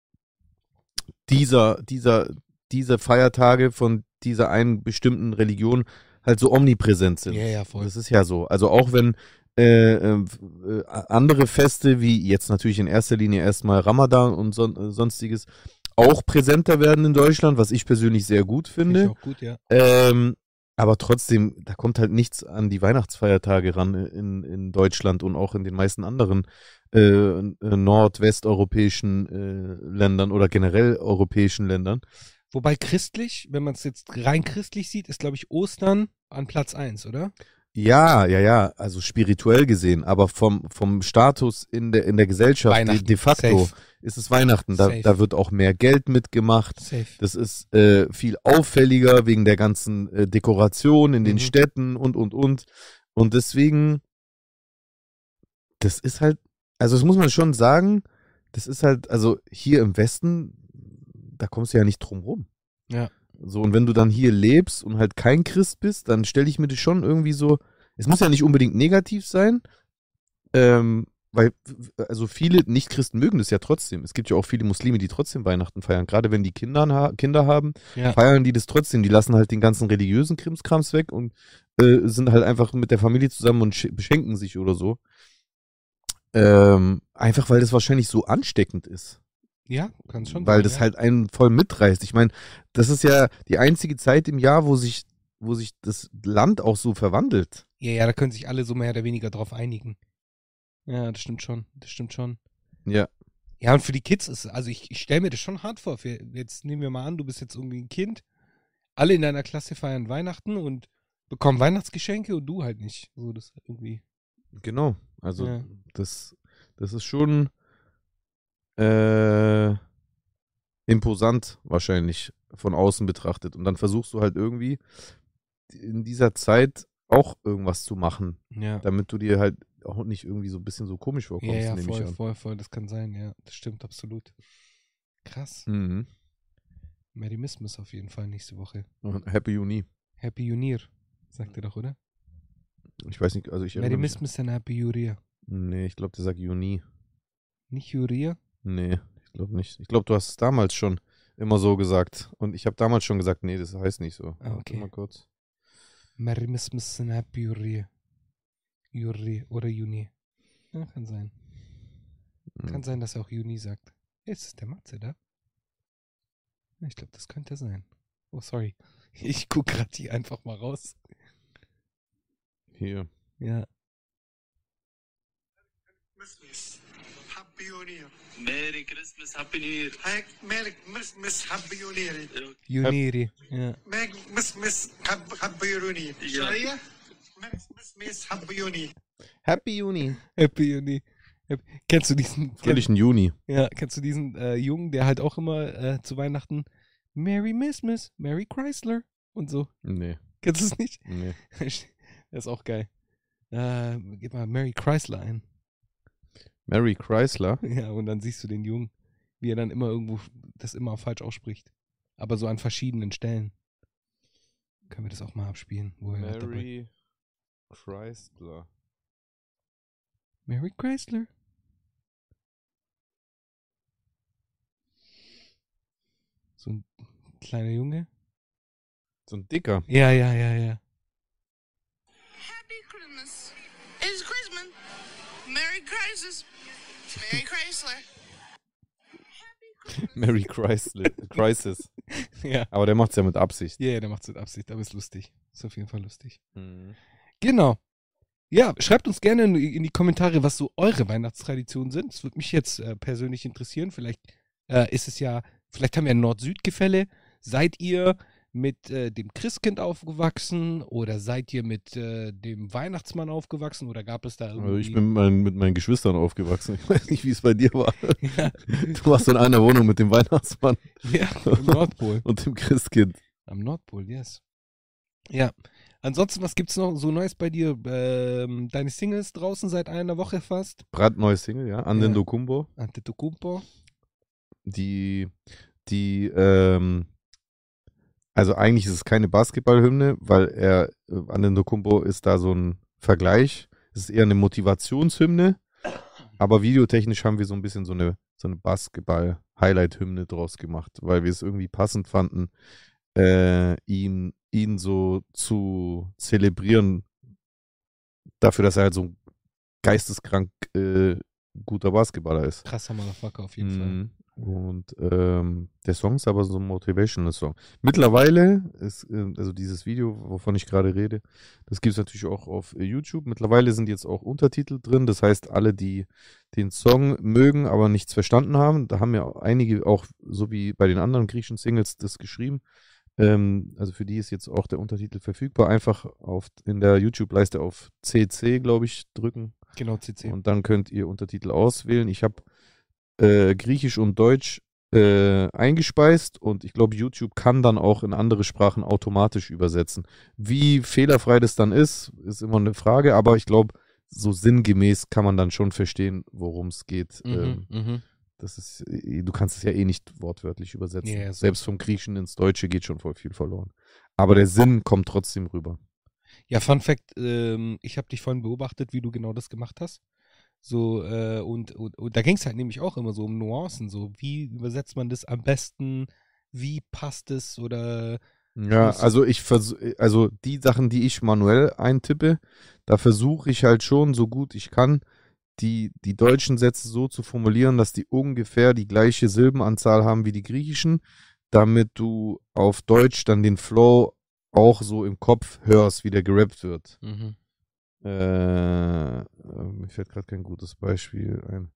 dieser, dieser, diese Feiertage von dieser einen bestimmten Religion halt so omnipräsent sind. ja, ja, voll. Das ist ja so. Also auch wenn äh, äh, äh, andere Feste, wie jetzt natürlich in erster Linie erstmal Ramadan und son äh, sonstiges, auch präsenter werden in Deutschland, was ich persönlich sehr gut Finde ich finde. auch gut, ja. Ähm, aber trotzdem, da kommt halt nichts an die Weihnachtsfeiertage ran in, in Deutschland und auch in den meisten anderen äh, äh, nordwesteuropäischen äh, Ländern oder generell europäischen Ländern. Wobei christlich, wenn man es jetzt rein christlich sieht, ist, glaube ich, Ostern an Platz eins, oder? Ja, ja, ja, also spirituell gesehen, aber vom, vom Status in der, in der Gesellschaft de, Weihnachten, de facto safe. ist es Weihnachten. Da, Safe. da wird auch mehr Geld mitgemacht. Safe. Das ist äh, viel auffälliger wegen der ganzen äh, Dekoration in den Mhm. Städten und, und, und. Und deswegen, das ist halt, also das muss man schon sagen, das ist halt, also hier im Westen, da kommst du ja nicht drum rum. Ja. So, und wenn du dann hier lebst und halt kein Christ bist, dann stelle ich mir das schon irgendwie so, es muss ja nicht unbedingt negativ sein, ähm, weil, also viele Nicht-Christen mögen das ja trotzdem. Es gibt ja auch viele Muslime, die trotzdem Weihnachten feiern. Gerade wenn die Kinder, ha Kinder haben, Ja. feiern die das trotzdem. Die lassen halt den ganzen religiösen Krimskrams weg und äh, sind halt einfach mit der Familie zusammen und sch- beschenken sich oder so. Ähm, einfach weil das wahrscheinlich so ansteckend ist. Ja, kann schon Weil sein, das ja. halt einen voll mitreißt. Ich meine, das ist ja die einzige Zeit im Jahr, wo sich, wo sich das Land auch so verwandelt. Ja, ja, da können sich alle so mehr oder weniger drauf einigen. Ja, das stimmt schon. Das stimmt schon. Ja. Ja, und für die Kids ist, also ich, ich stelle mir das schon hart vor. Für, jetzt nehmen wir mal an, du bist jetzt irgendwie ein Kind. Alle in deiner Klasse feiern Weihnachten und bekommen Weihnachtsgeschenke und du halt nicht. So, das irgendwie. Genau. Also Ja. das, das ist schon äh, imposant wahrscheinlich von außen betrachtet. Und dann versuchst du halt irgendwie in dieser Zeit auch irgendwas zu machen, Ja. damit du dir halt auch nicht irgendwie so ein bisschen so komisch Ja, vorkommst, ja, nehme ich voll, an. voll, voll. Das kann sein, ja. Das stimmt absolut. Krass. Mhm. Merry Christmas auf jeden Fall nächste Woche. Und Happy Juni. Happy Junior, sagt ihr doch, oder? Ich weiß nicht, also ich Merry erinnere mich. Christmas und Happy Jurier. Nee, ich glaube, der sagt Juni. Nicht Jurier? Nee, ich glaube nicht. Ich glaube, du hast es damals schon immer so gesagt. Und ich habe damals schon gesagt, nee, das heißt nicht so. Ah, okay. Warte mal kurz. Merry Christmas und Happy Jurier. Juri oder Juni. Ja, kann sein. Kann sein, dass er auch Juni sagt. Ist es der Matze da? Ja, ich glaube, das könnte sein. Oh, sorry. Ich gucke gerade hier einfach mal raus. Hier. Ja. Christmas. Happy New Year. Merry Christmas, Happy New Year. Hey, Merry Christmas, Happy New Year. Juniri. Ja. Merry Christmas, Happy Happy New Year. Ja. Shariah? Merry Christmas, Happy New Year. Happy Juni. Happy Juni. Happy. Kennst du diesen? Fröhlichen Juni. Ja, kennst du diesen äh, Jungen, der halt auch immer äh, zu Weihnachten Merry Christmas, Merry Chrysler und so. Nee, Kennst du es nicht? nee. Das ist auch geil. Äh, gib mal Merry Chrysler ein. Mary Chrysler. Ja, und dann siehst du den Jungen, wie er dann immer irgendwo das immer falsch ausspricht. Aber so an verschiedenen Stellen. Können wir das auch mal abspielen? Wo er dabei... Mary Chrysler. Merry Chrysler. So ein kleiner Junge. So ein dicker. Ja, ja, ja, ja. Happy Christmas. It's Christmas. Merry Christmas. Merry Chrysler. Mary Chrysler. Crisis. Ja. Aber der macht's ja mit Absicht. Ja, yeah, der macht es mit Absicht, aber ist lustig. Ist auf jeden Fall lustig. Mhm. Genau. Ja, schreibt uns gerne in, in die Kommentare, was so eure Weihnachtstraditionen sind. Das würde mich jetzt äh, persönlich interessieren. Vielleicht äh, ist es ja, vielleicht haben wir ein Nord-Süd-Gefälle. Seid ihr mit äh, dem Christkind aufgewachsen oder seid ihr mit äh, dem Weihnachtsmann aufgewachsen oder gab es da irgendwie... Also ich bin mit meinen, mit meinen Geschwistern aufgewachsen. Ich weiß nicht, wie es bei dir war. Ja, Du warst in einer Wohnung mit dem Weihnachtsmann ja, im Nordpol. und dem Christkind. Am Nordpol, yes. Ja. Ansonsten, was gibt's noch so Neues bei dir? Ähm, deine Singles draußen seit einer Woche fast. Brandneues Single, ja. Andendo Kumbo. Antetokounmpo. Die, die, ähm, also eigentlich ist es keine Basketballhymne, weil er, äh, Andendo Kumbo ist da so ein Vergleich. Es ist eher eine Motivationshymne, aber videotechnisch haben wir so ein bisschen so eine, so eine Basketball-Highlight-Hymne draus gemacht, weil wir es irgendwie passend fanden, äh, ihn, ihn so zu zelebrieren, dafür, dass er halt so ein geisteskrank äh, guter Basketballer ist. Krasser Motherfucker auf jeden Fall. Mhm. Und ähm, der Song ist aber so ein Motivational Song. Mittlerweile ist, äh, also dieses Video, wovon ich gerade rede, das gibt es natürlich auch auf äh, YouTube. Mittlerweile sind jetzt auch Untertitel drin. Das heißt, alle, die den Song mögen, aber nichts verstanden haben, da haben ja einige auch, so wie bei den anderen griechischen Singles, das geschrieben. Ähm, also für die ist jetzt auch der Untertitel verfügbar. Einfach auf, in der YouTube-Leiste auf C C, glaube ich, drücken. Genau, C C. Und dann könnt ihr Untertitel auswählen. Ich habe äh, Griechisch und Deutsch äh, eingespeist und ich glaube, YouTube kann dann auch in andere Sprachen automatisch übersetzen. Wie fehlerfrei das dann ist, ist immer eine Frage, aber ich glaube, so sinngemäß kann man dann schon verstehen, worum es geht. Mhm, Ähm, mhm. das ist, du kannst es ja eh nicht wortwörtlich übersetzen. Ja, ja, so. Selbst vom Griechischen ins Deutsche geht schon voll viel verloren. Aber der Sinn kommt trotzdem rüber. Ja, Fun Fact, ähm, ich habe dich vorhin beobachtet, wie du genau das gemacht hast. So, äh, und, und, und da ging es halt nämlich auch immer so um Nuancen, so wie übersetzt man das am besten, wie passt es oder Ja, muss- also ich versuche, also die Sachen, die ich manuell eintippe, da versuche ich halt schon, so gut ich kann, die, die deutschen Sätze so zu formulieren, dass die ungefähr die gleiche Silbenanzahl haben wie die griechischen, damit du auf Deutsch dann den Flow auch so im Kopf hörst, wie der gerappt wird. Mhm. Äh, mir fällt gerade kein gutes Beispiel ein.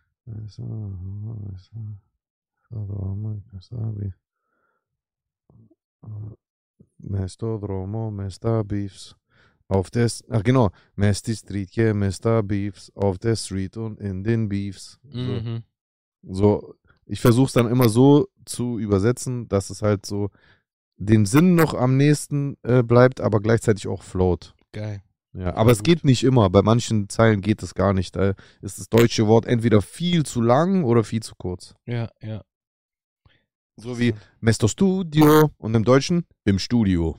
Mestodromo, Mesta Beefs. Auf der, ach genau, Mesti Street, yeah, Mesta Beefs. Auf der Street und in den Beefs. So, Mhm. so ich versuche es dann immer so zu übersetzen, dass es halt so dem Sinn noch am nächsten äh, bleibt, aber gleichzeitig auch float. Geil. Ja, aber es gut. geht nicht immer. Bei manchen Zeilen geht es gar nicht. Da ist das deutsche Wort entweder viel zu lang oder viel zu kurz. Ja, ja. So wie Mesto Studio und im Deutschen im Studio.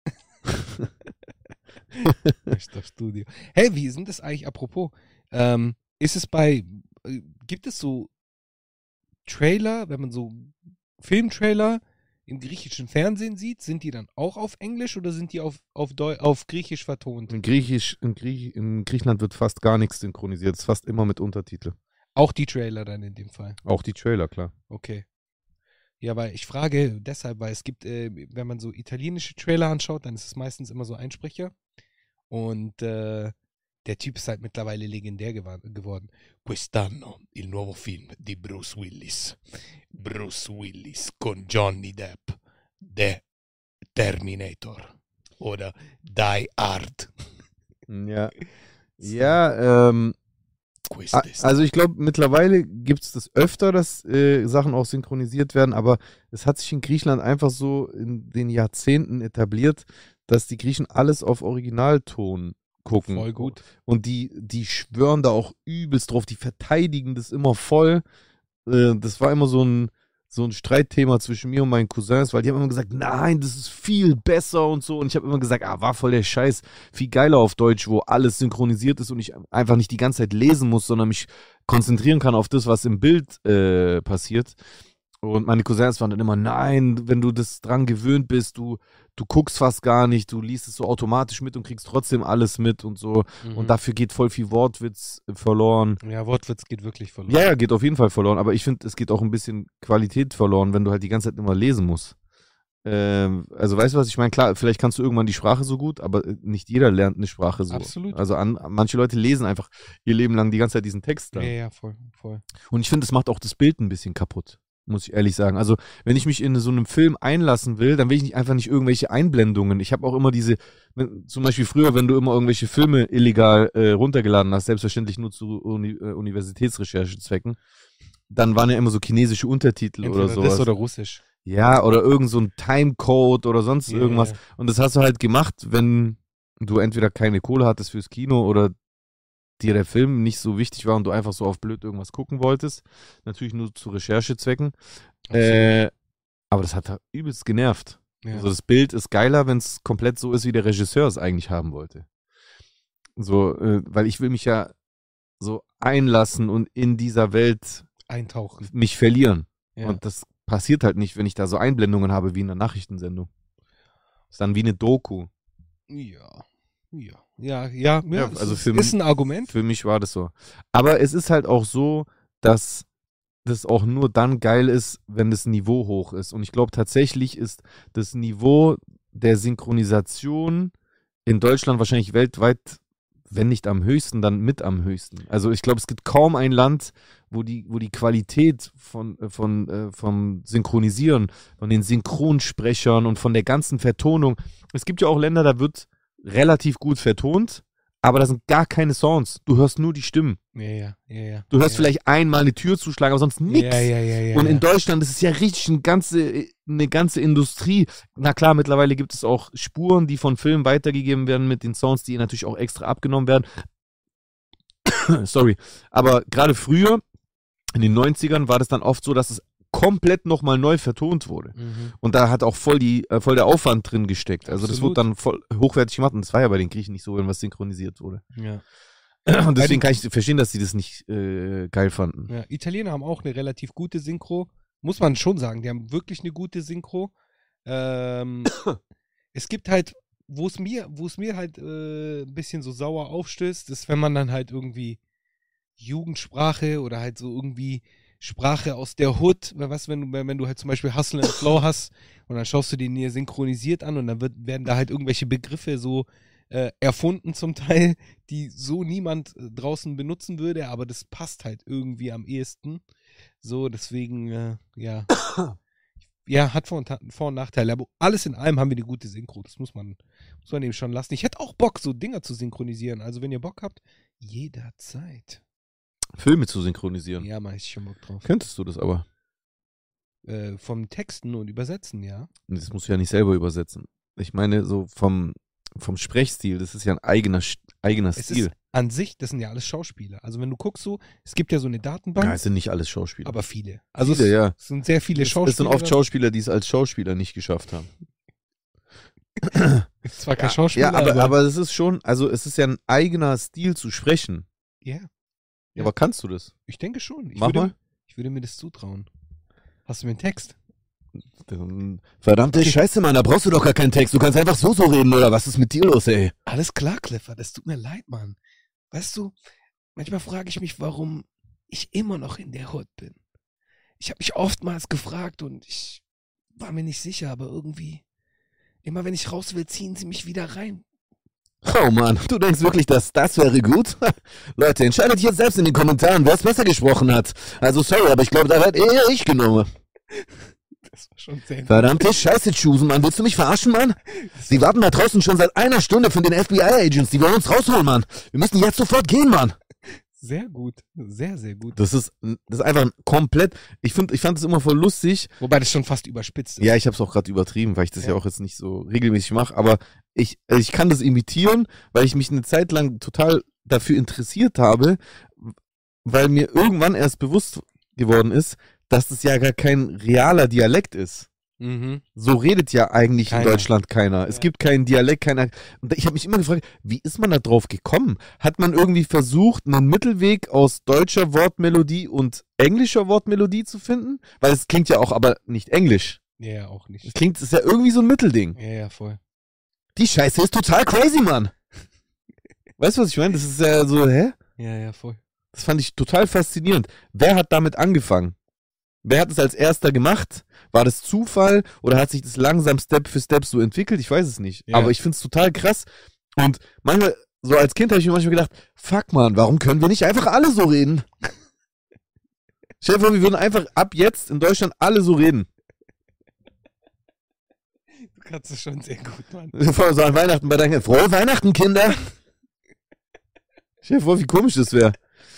Das Studio. Hey, wie sind das eigentlich, apropos, ähm, ist es bei, äh, gibt es so Trailer, wenn man so Filmtrailer im griechischen Fernsehen sieht, sind die dann auch auf Englisch oder sind die auf, auf, Deu auf Griechisch vertont? In, Griechisch, in, Griech, in Griechenland wird fast gar nichts synchronisiert. Es ist fast immer mit Untertitel. Auch die Trailer dann in dem Fall. Auch die Trailer, klar. Okay. Ja, weil ich frage deshalb, weil es gibt, äh, wenn man so italienische Trailer anschaut, dann ist es meistens immer so Einsprecher. Und äh, der Typ ist halt mittlerweile legendär gewa- geworden. Quest'anno il nuovo film di Bruce Willis. Bruce Willis con Johnny Depp. The Terminator. Oder Die Hard. Ja. Ja, ähm, Questo A- Also ich glaube, mittlerweile gibt es das öfter, dass äh, Sachen auch synchronisiert werden, aber es hat sich in Griechenland einfach so in den Jahrzehnten etabliert, dass die Griechen alles auf Originalton gucken. Voll gut. Und die, die schwören da auch übelst drauf, die verteidigen das immer voll. Äh, das war immer so ein, so ein Streitthema zwischen mir und meinen Cousins, weil die haben immer gesagt, nein, das ist viel besser und so. Und ich habe immer gesagt, ah, war voll der Scheiß, viel geiler auf Deutsch, wo alles synchronisiert ist und ich einfach nicht die ganze Zeit lesen muss, sondern mich konzentrieren kann auf das, was im Bild äh, passiert. Und meine Cousins waren dann immer, nein, wenn du das dran gewöhnt bist, du, du guckst fast gar nicht, du liest es so automatisch mit und kriegst trotzdem alles mit und so. Mhm. Und dafür geht voll viel Wortwitz äh, verloren. Ja, Wortwitz geht wirklich verloren. Ja, ja, geht auf jeden Fall verloren, aber ich finde, es geht auch ein bisschen Qualität verloren, wenn du halt die ganze Zeit immer lesen musst. Ähm, also weißt du, was ich meine? Klar, vielleicht kannst du irgendwann die Sprache so gut, aber äh, nicht jeder lernt eine Sprache so. Absolut. Also an, manche Leute lesen einfach ihr Leben lang die ganze Zeit diesen Text da. Ja, ja, voll, voll. Und ich finde, es macht auch das Bild ein bisschen kaputt, muss ich ehrlich sagen. Also wenn ich mich in so einem Film einlassen will, dann will ich nicht einfach nicht irgendwelche Einblendungen. Ich habe auch immer diese, wenn, zum Beispiel früher, wenn du immer irgendwelche Filme illegal äh, runtergeladen hast, selbstverständlich nur zu Uni, äh, Universitätsrecherchezwecken, dann waren ja immer so chinesische Untertitel Entweder oder sowas. das oder Russisch. Ja, oder irgend so ein Timecode oder sonst Ja, irgendwas. ja. Und das hast du halt gemacht, wenn du entweder keine Kohle hattest fürs Kino oder dir der Film nicht so wichtig war und du einfach so auf blöd irgendwas gucken wolltest. Natürlich nur zu Recherchezwecken. Äh, aber das hat übelst genervt. Ja. Also das Bild ist geiler, wenn es komplett so ist, wie der Regisseur es eigentlich haben wollte. So, äh, weil ich will mich ja so einlassen und in dieser Welt Eintauchen. mich verlieren. Ja. Und das passiert halt nicht, wenn ich da so Einblendungen habe wie in einer Nachrichtensendung. Ist dann wie eine Doku. Ja. Ja. Ja, ja, ja, Ja, es also ist, für ist ein Argument. Für mich war das so. Aber es ist halt auch so, dass das auch nur dann geil ist, wenn das Niveau hoch ist. Und ich glaube tatsächlich ist das Niveau der Synchronisation in Deutschland wahrscheinlich weltweit, wenn nicht am höchsten, dann mit am höchsten. Also ich glaube, es gibt kaum ein Land, wo die, wo die Qualität von, äh, von, äh, vom Synchronisieren, von den Synchronsprechern und von der ganzen Vertonung. Es gibt ja auch Länder, da wird relativ gut vertont, aber da sind gar keine Sounds. Du hörst nur die Stimmen. Ja, ja, ja, ja. Du hörst ja. vielleicht einmal eine Tür zuschlagen, aber sonst nichts. Ja, ja, ja, ja. Und in ja. Deutschland ist es ja richtig eine ganze, eine ganze Industrie. Na klar, mittlerweile gibt es auch Spuren, die von Filmen weitergegeben werden mit den Sounds, die natürlich auch extra abgenommen werden. Sorry. Aber gerade früher, in den neunzigern, war das dann oft so, dass es komplett nochmal neu vertont wurde. Mhm. Und da hat auch voll, die, äh, voll der Aufwand drin gesteckt. Also das Absolut. wurde dann voll hochwertig gemacht. Und das war ja bei den Griechen nicht so, wenn was synchronisiert wurde. Ja. Und deswegen kann ich verstehen, dass sie das nicht äh, geil fanden. Ja, Italiener haben auch eine relativ gute Synchro. Muss man schon sagen, die haben wirklich eine gute Synchro. Ähm, es gibt halt, wo es mir, wo es mir halt äh, ein bisschen so sauer aufstößt, ist, wenn man dann halt irgendwie Jugendsprache oder halt so irgendwie Sprache aus der Hood, was, wenn du, wenn du halt zum Beispiel Hustle and Flow hast und dann schaust du den hier synchronisiert an und dann wird, werden da halt irgendwelche Begriffe so äh, erfunden zum Teil, die so niemand äh, draußen benutzen würde, aber das passt halt irgendwie am ehesten. So, deswegen, äh, ja. Ja, hat Vor- und, Ta- Vor- und Nachteile, aber alles in allem haben wir eine gute Synchro, das muss man, muss man eben schon lassen. Ich hätte auch Bock, so Dinger zu synchronisieren, also wenn ihr Bock habt, jederzeit. Filme zu synchronisieren. Ja, mach ich schon Bock drauf. Könntest du das aber? Äh, vom Texten und Übersetzen, ja. Das musst du ja nicht selber übersetzen. Ich meine, so vom, vom Sprechstil, das ist ja ein eigener, Sch- eigener Es Stil. ist an sich, das sind ja alles Schauspieler. Also wenn du guckst so, es gibt ja so eine Datenbank, Ja, es sind nicht alles Schauspieler. aber viele. Also viele, es, ja. es sind sehr viele Es, Schauspieler. es sind oft Schauspieler, die es als Schauspieler nicht geschafft haben. Zwar kein Ja, Schauspieler, ja, aber, aber, aber es ist schon, also es ist ja ein eigener Stil zu sprechen. ja, Ja, aber kannst du das? ich denke schon. Ich Mach würde, mal. Ich würde mir das zutrauen. Hast du mir einen Text? Verdammte Scheiße, Mann, da brauchst du doch gar keinen Text. Du kannst einfach so so reden, oder was ist mit dir los, ey? Alles klar, Clifford, das tut mir leid, Mann. Weißt du, manchmal frage ich mich, warum ich immer noch in der Hood bin. Ich habe mich oftmals gefragt und ich war mir nicht sicher, aber irgendwie, immer wenn ich raus will, ziehen sie mich wieder rein. Oh Mann, du denkst wirklich, dass das wäre gut? Leute, entscheidet jetzt selbst in den Kommentaren, wer es besser gesprochen hat. Also sorry, aber ich glaube, da wird eher ich genommen. Das war schon sehr gut. Verdammte Scheiße, Chusen, Mann. Willst du mich verarschen, Mann? Sie warten da draußen schon seit einer Stunde von den F B I-Agents. Die wollen uns rausholen, Mann. Wir müssen jetzt sofort gehen, Mann. Sehr gut, sehr, sehr gut. Das ist, das ist einfach komplett, ich finde, ich fand es immer voll lustig. Wobei das schon fast überspitzt ist. Ja, ich habe es auch gerade übertrieben, weil ich das ja. Ja. auch jetzt nicht so regelmäßig mache, aber ich, ich kann das imitieren, weil ich mich eine Zeit lang total dafür interessiert habe, weil mir irgendwann erst bewusst geworden ist, dass das ja gar kein realer Dialekt ist. Mhm. So redet ja eigentlich Keiner. in Deutschland keiner. Es Ja. gibt keinen Dialekt, keiner. Und ich habe mich immer gefragt, wie ist man da drauf gekommen? Hat man irgendwie versucht, einen Mittelweg aus deutscher Wortmelodie und englischer Wortmelodie zu finden? Weil es klingt ja auch aber nicht englisch. Ja, ja, auch nicht. Es klingt, es ist ja irgendwie so ein Mittelding. Ja, ja, voll. Die Scheiße ist total crazy, Mann. Weißt du, was ich meine? Das ist ja so, hä? Ja, ja, voll. Das fand ich total faszinierend. Wer hat damit angefangen? Wer hat es als erster gemacht? War das Zufall oder hat sich das langsam Step für Step so entwickelt? Ich weiß es nicht. Ja. Aber ich finde es total krass. Und manchmal, so als Kind habe ich mir manchmal gedacht, fuck man, warum können wir nicht einfach alle so reden? Stell dir vor, wir würden einfach ab jetzt in Deutschland alle so reden. Du kannst es schon sehr gut, Mann. Vor so an Weihnachten bei deinen Frohe Weihnachten, Kinder! Stell dir vor, wie komisch das wäre.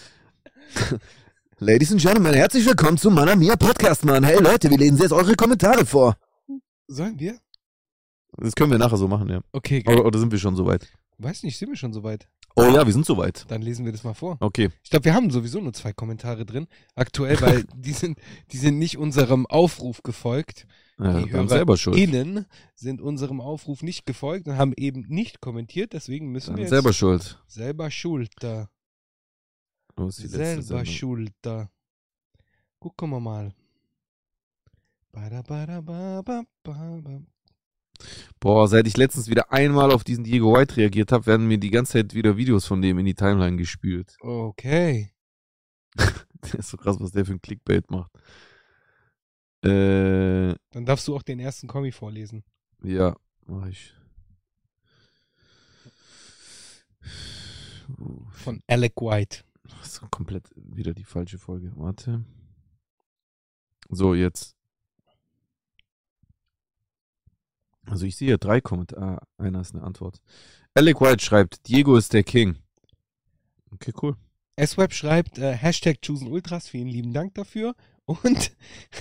Ladies and Gentlemen, herzlich willkommen zum Mamma Mia Podcast, Mann. Hey Leute, wir lesen jetzt eure Kommentare vor. Sollen wir? Das können wir nachher so machen, ja. Okay, geil. Oder, oder sind wir schon soweit? Weiß nicht, sind wir schon soweit? Oh ja, wir sind soweit. Dann lesen wir das mal vor. Okay. Ich glaube, wir haben sowieso nur zwei Kommentare drin. Aktuell, weil die sind, die sind nicht unserem Aufruf gefolgt. Ja, Die wir haben selber Schuld. HörerInnen sind unserem Aufruf nicht gefolgt und haben eben nicht kommentiert. Deswegen müssen wir Dann jetzt selber Schuld. selber schuld da. Oh, ist die letzte Selber Sendung. schuld da. Gucken wir mal. Bada, bada, ba, ba, ba, ba. Boah, seit ich letztens wieder einmal auf diesen Diego White reagiert habe, werden mir die ganze Zeit wieder Videos von dem in die Timeline gespült. Okay. Das ist so krass, was der für ein Clickbait macht. Äh, Dann darfst du auch den ersten Kommi vorlesen. ja, mach ich. Von Alec White. Das ist komplett wieder die falsche Folge. Warte. So, jetzt. Also ich sehe drei Kommentare. Ah, einer ist eine Antwort. Alec White schreibt, Diego ist der King. Okay, cool. S-Web schreibt, äh, Hashtag ChoosenUltras, vielen lieben Dank dafür. Und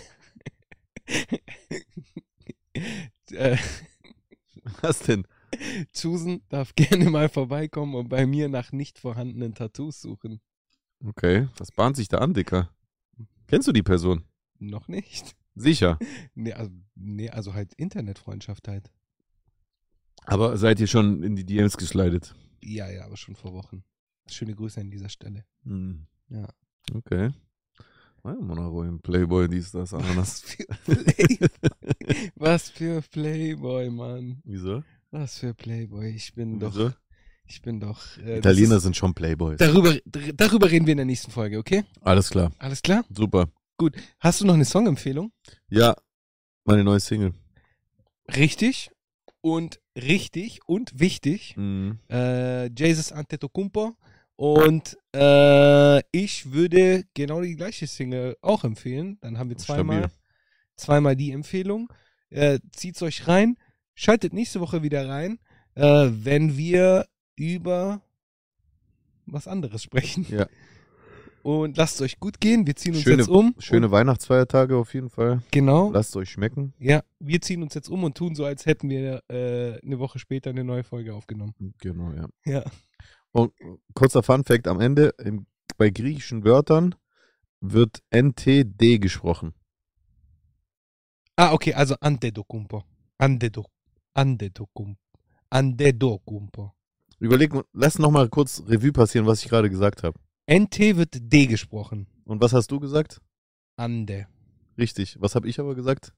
äh, Was denn? Choosen darf gerne mal vorbeikommen und bei mir nach nicht vorhandenen Tattoos suchen. Okay, was bahnt sich da an, Dicker? Kennst du die Person? Noch nicht. Sicher. Nee, also, nee, also halt Internetfreundschaft halt. Aber seid ihr schon in die D Ms geslidet? Ja, ja, aber schon vor Wochen. Schöne Grüße an dieser Stelle. Hm. Ja. Okay. Ah, ja, Monaro im Playboy, dies, das, Was Ananas. für Playboy. Was für Playboy, Mann. Wieso? Was für Playboy. Ich bin doch, Wieso? Ich bin doch. Äh, Italiener das ist, sind schon Playboys. darüber, d- darüber reden wir in der nächsten Folge, okay? Alles klar. Alles klar? Super. Gut. Hast du noch eine Songempfehlung? Ja, meine neue Single. Richtig. Und richtig und wichtig. Mhm. Äh, Jesus Antetokounmpo. Und äh, ich würde genau die gleiche Single auch empfehlen. Dann haben wir zweimal, Stabil. zweimal die Empfehlung. Äh, zieht's euch rein. Schaltet nächste Woche wieder rein, äh, wenn wir über was anderes sprechen. Ja. Und lasst es euch gut gehen. Wir ziehen uns Schöne, jetzt um. schöne Und, Weihnachtsfeiertage auf jeden Fall. genau. Lasst es euch schmecken. Ja, wir ziehen uns jetzt um und tun so, als hätten wir äh, eine Woche später eine neue Folge aufgenommen. Genau, ja. Ja. Und kurzer Funfact am Ende, im, bei griechischen Wörtern wird N T D gesprochen. Ah, okay, also Antetokounmpo. Antedo, Antetokounmpo. Antetokounmpo. Überleg, lass noch mal kurz Revue passieren, was ich gerade gesagt habe. N T wird D gesprochen. Und was hast du gesagt? Ande. Richtig. Was habe ich aber gesagt?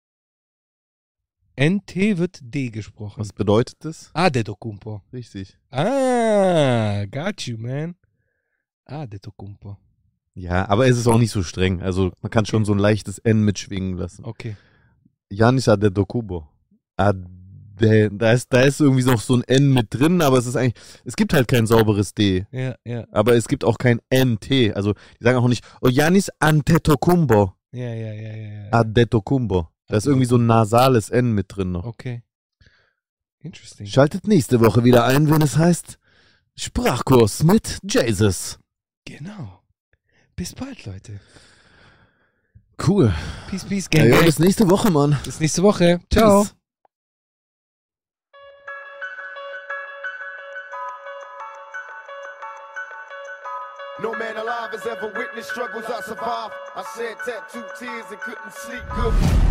N T wird D gesprochen. Was bedeutet das? Antetokounmpo. Richtig. Ah, got you, man. Antetokounmpo. Ja, aber es ist auch nicht so streng. Also man kann schon so ein leichtes N mitschwingen lassen. Okay. Giannis Antetokounmpo. Ade, da ist, da ist irgendwie noch so ein N mit drin, aber es ist eigentlich, es gibt halt kein sauberes D. Ja, ja. Aber es gibt auch kein N T. Also die sagen auch nicht, oh, Giannis Antetokounmpo. Ja, ja, ja, ja, ja. Antetokounmpo. Da ist irgendwie so ein nasales N mit drin noch. Okay. Interesting. Schaltet nächste Woche wieder ein, wenn es heißt Sprachkurs mit Jesus. Genau. Bis bald, Leute. Cool. Peace, peace, Ja, gang, ja, gang. bis nächste Woche, Mann. Bis nächste Woche. Ciao. Peace. No man alive has ever witnessed struggles I survived. I shed tattooed tears and couldn't sleep good.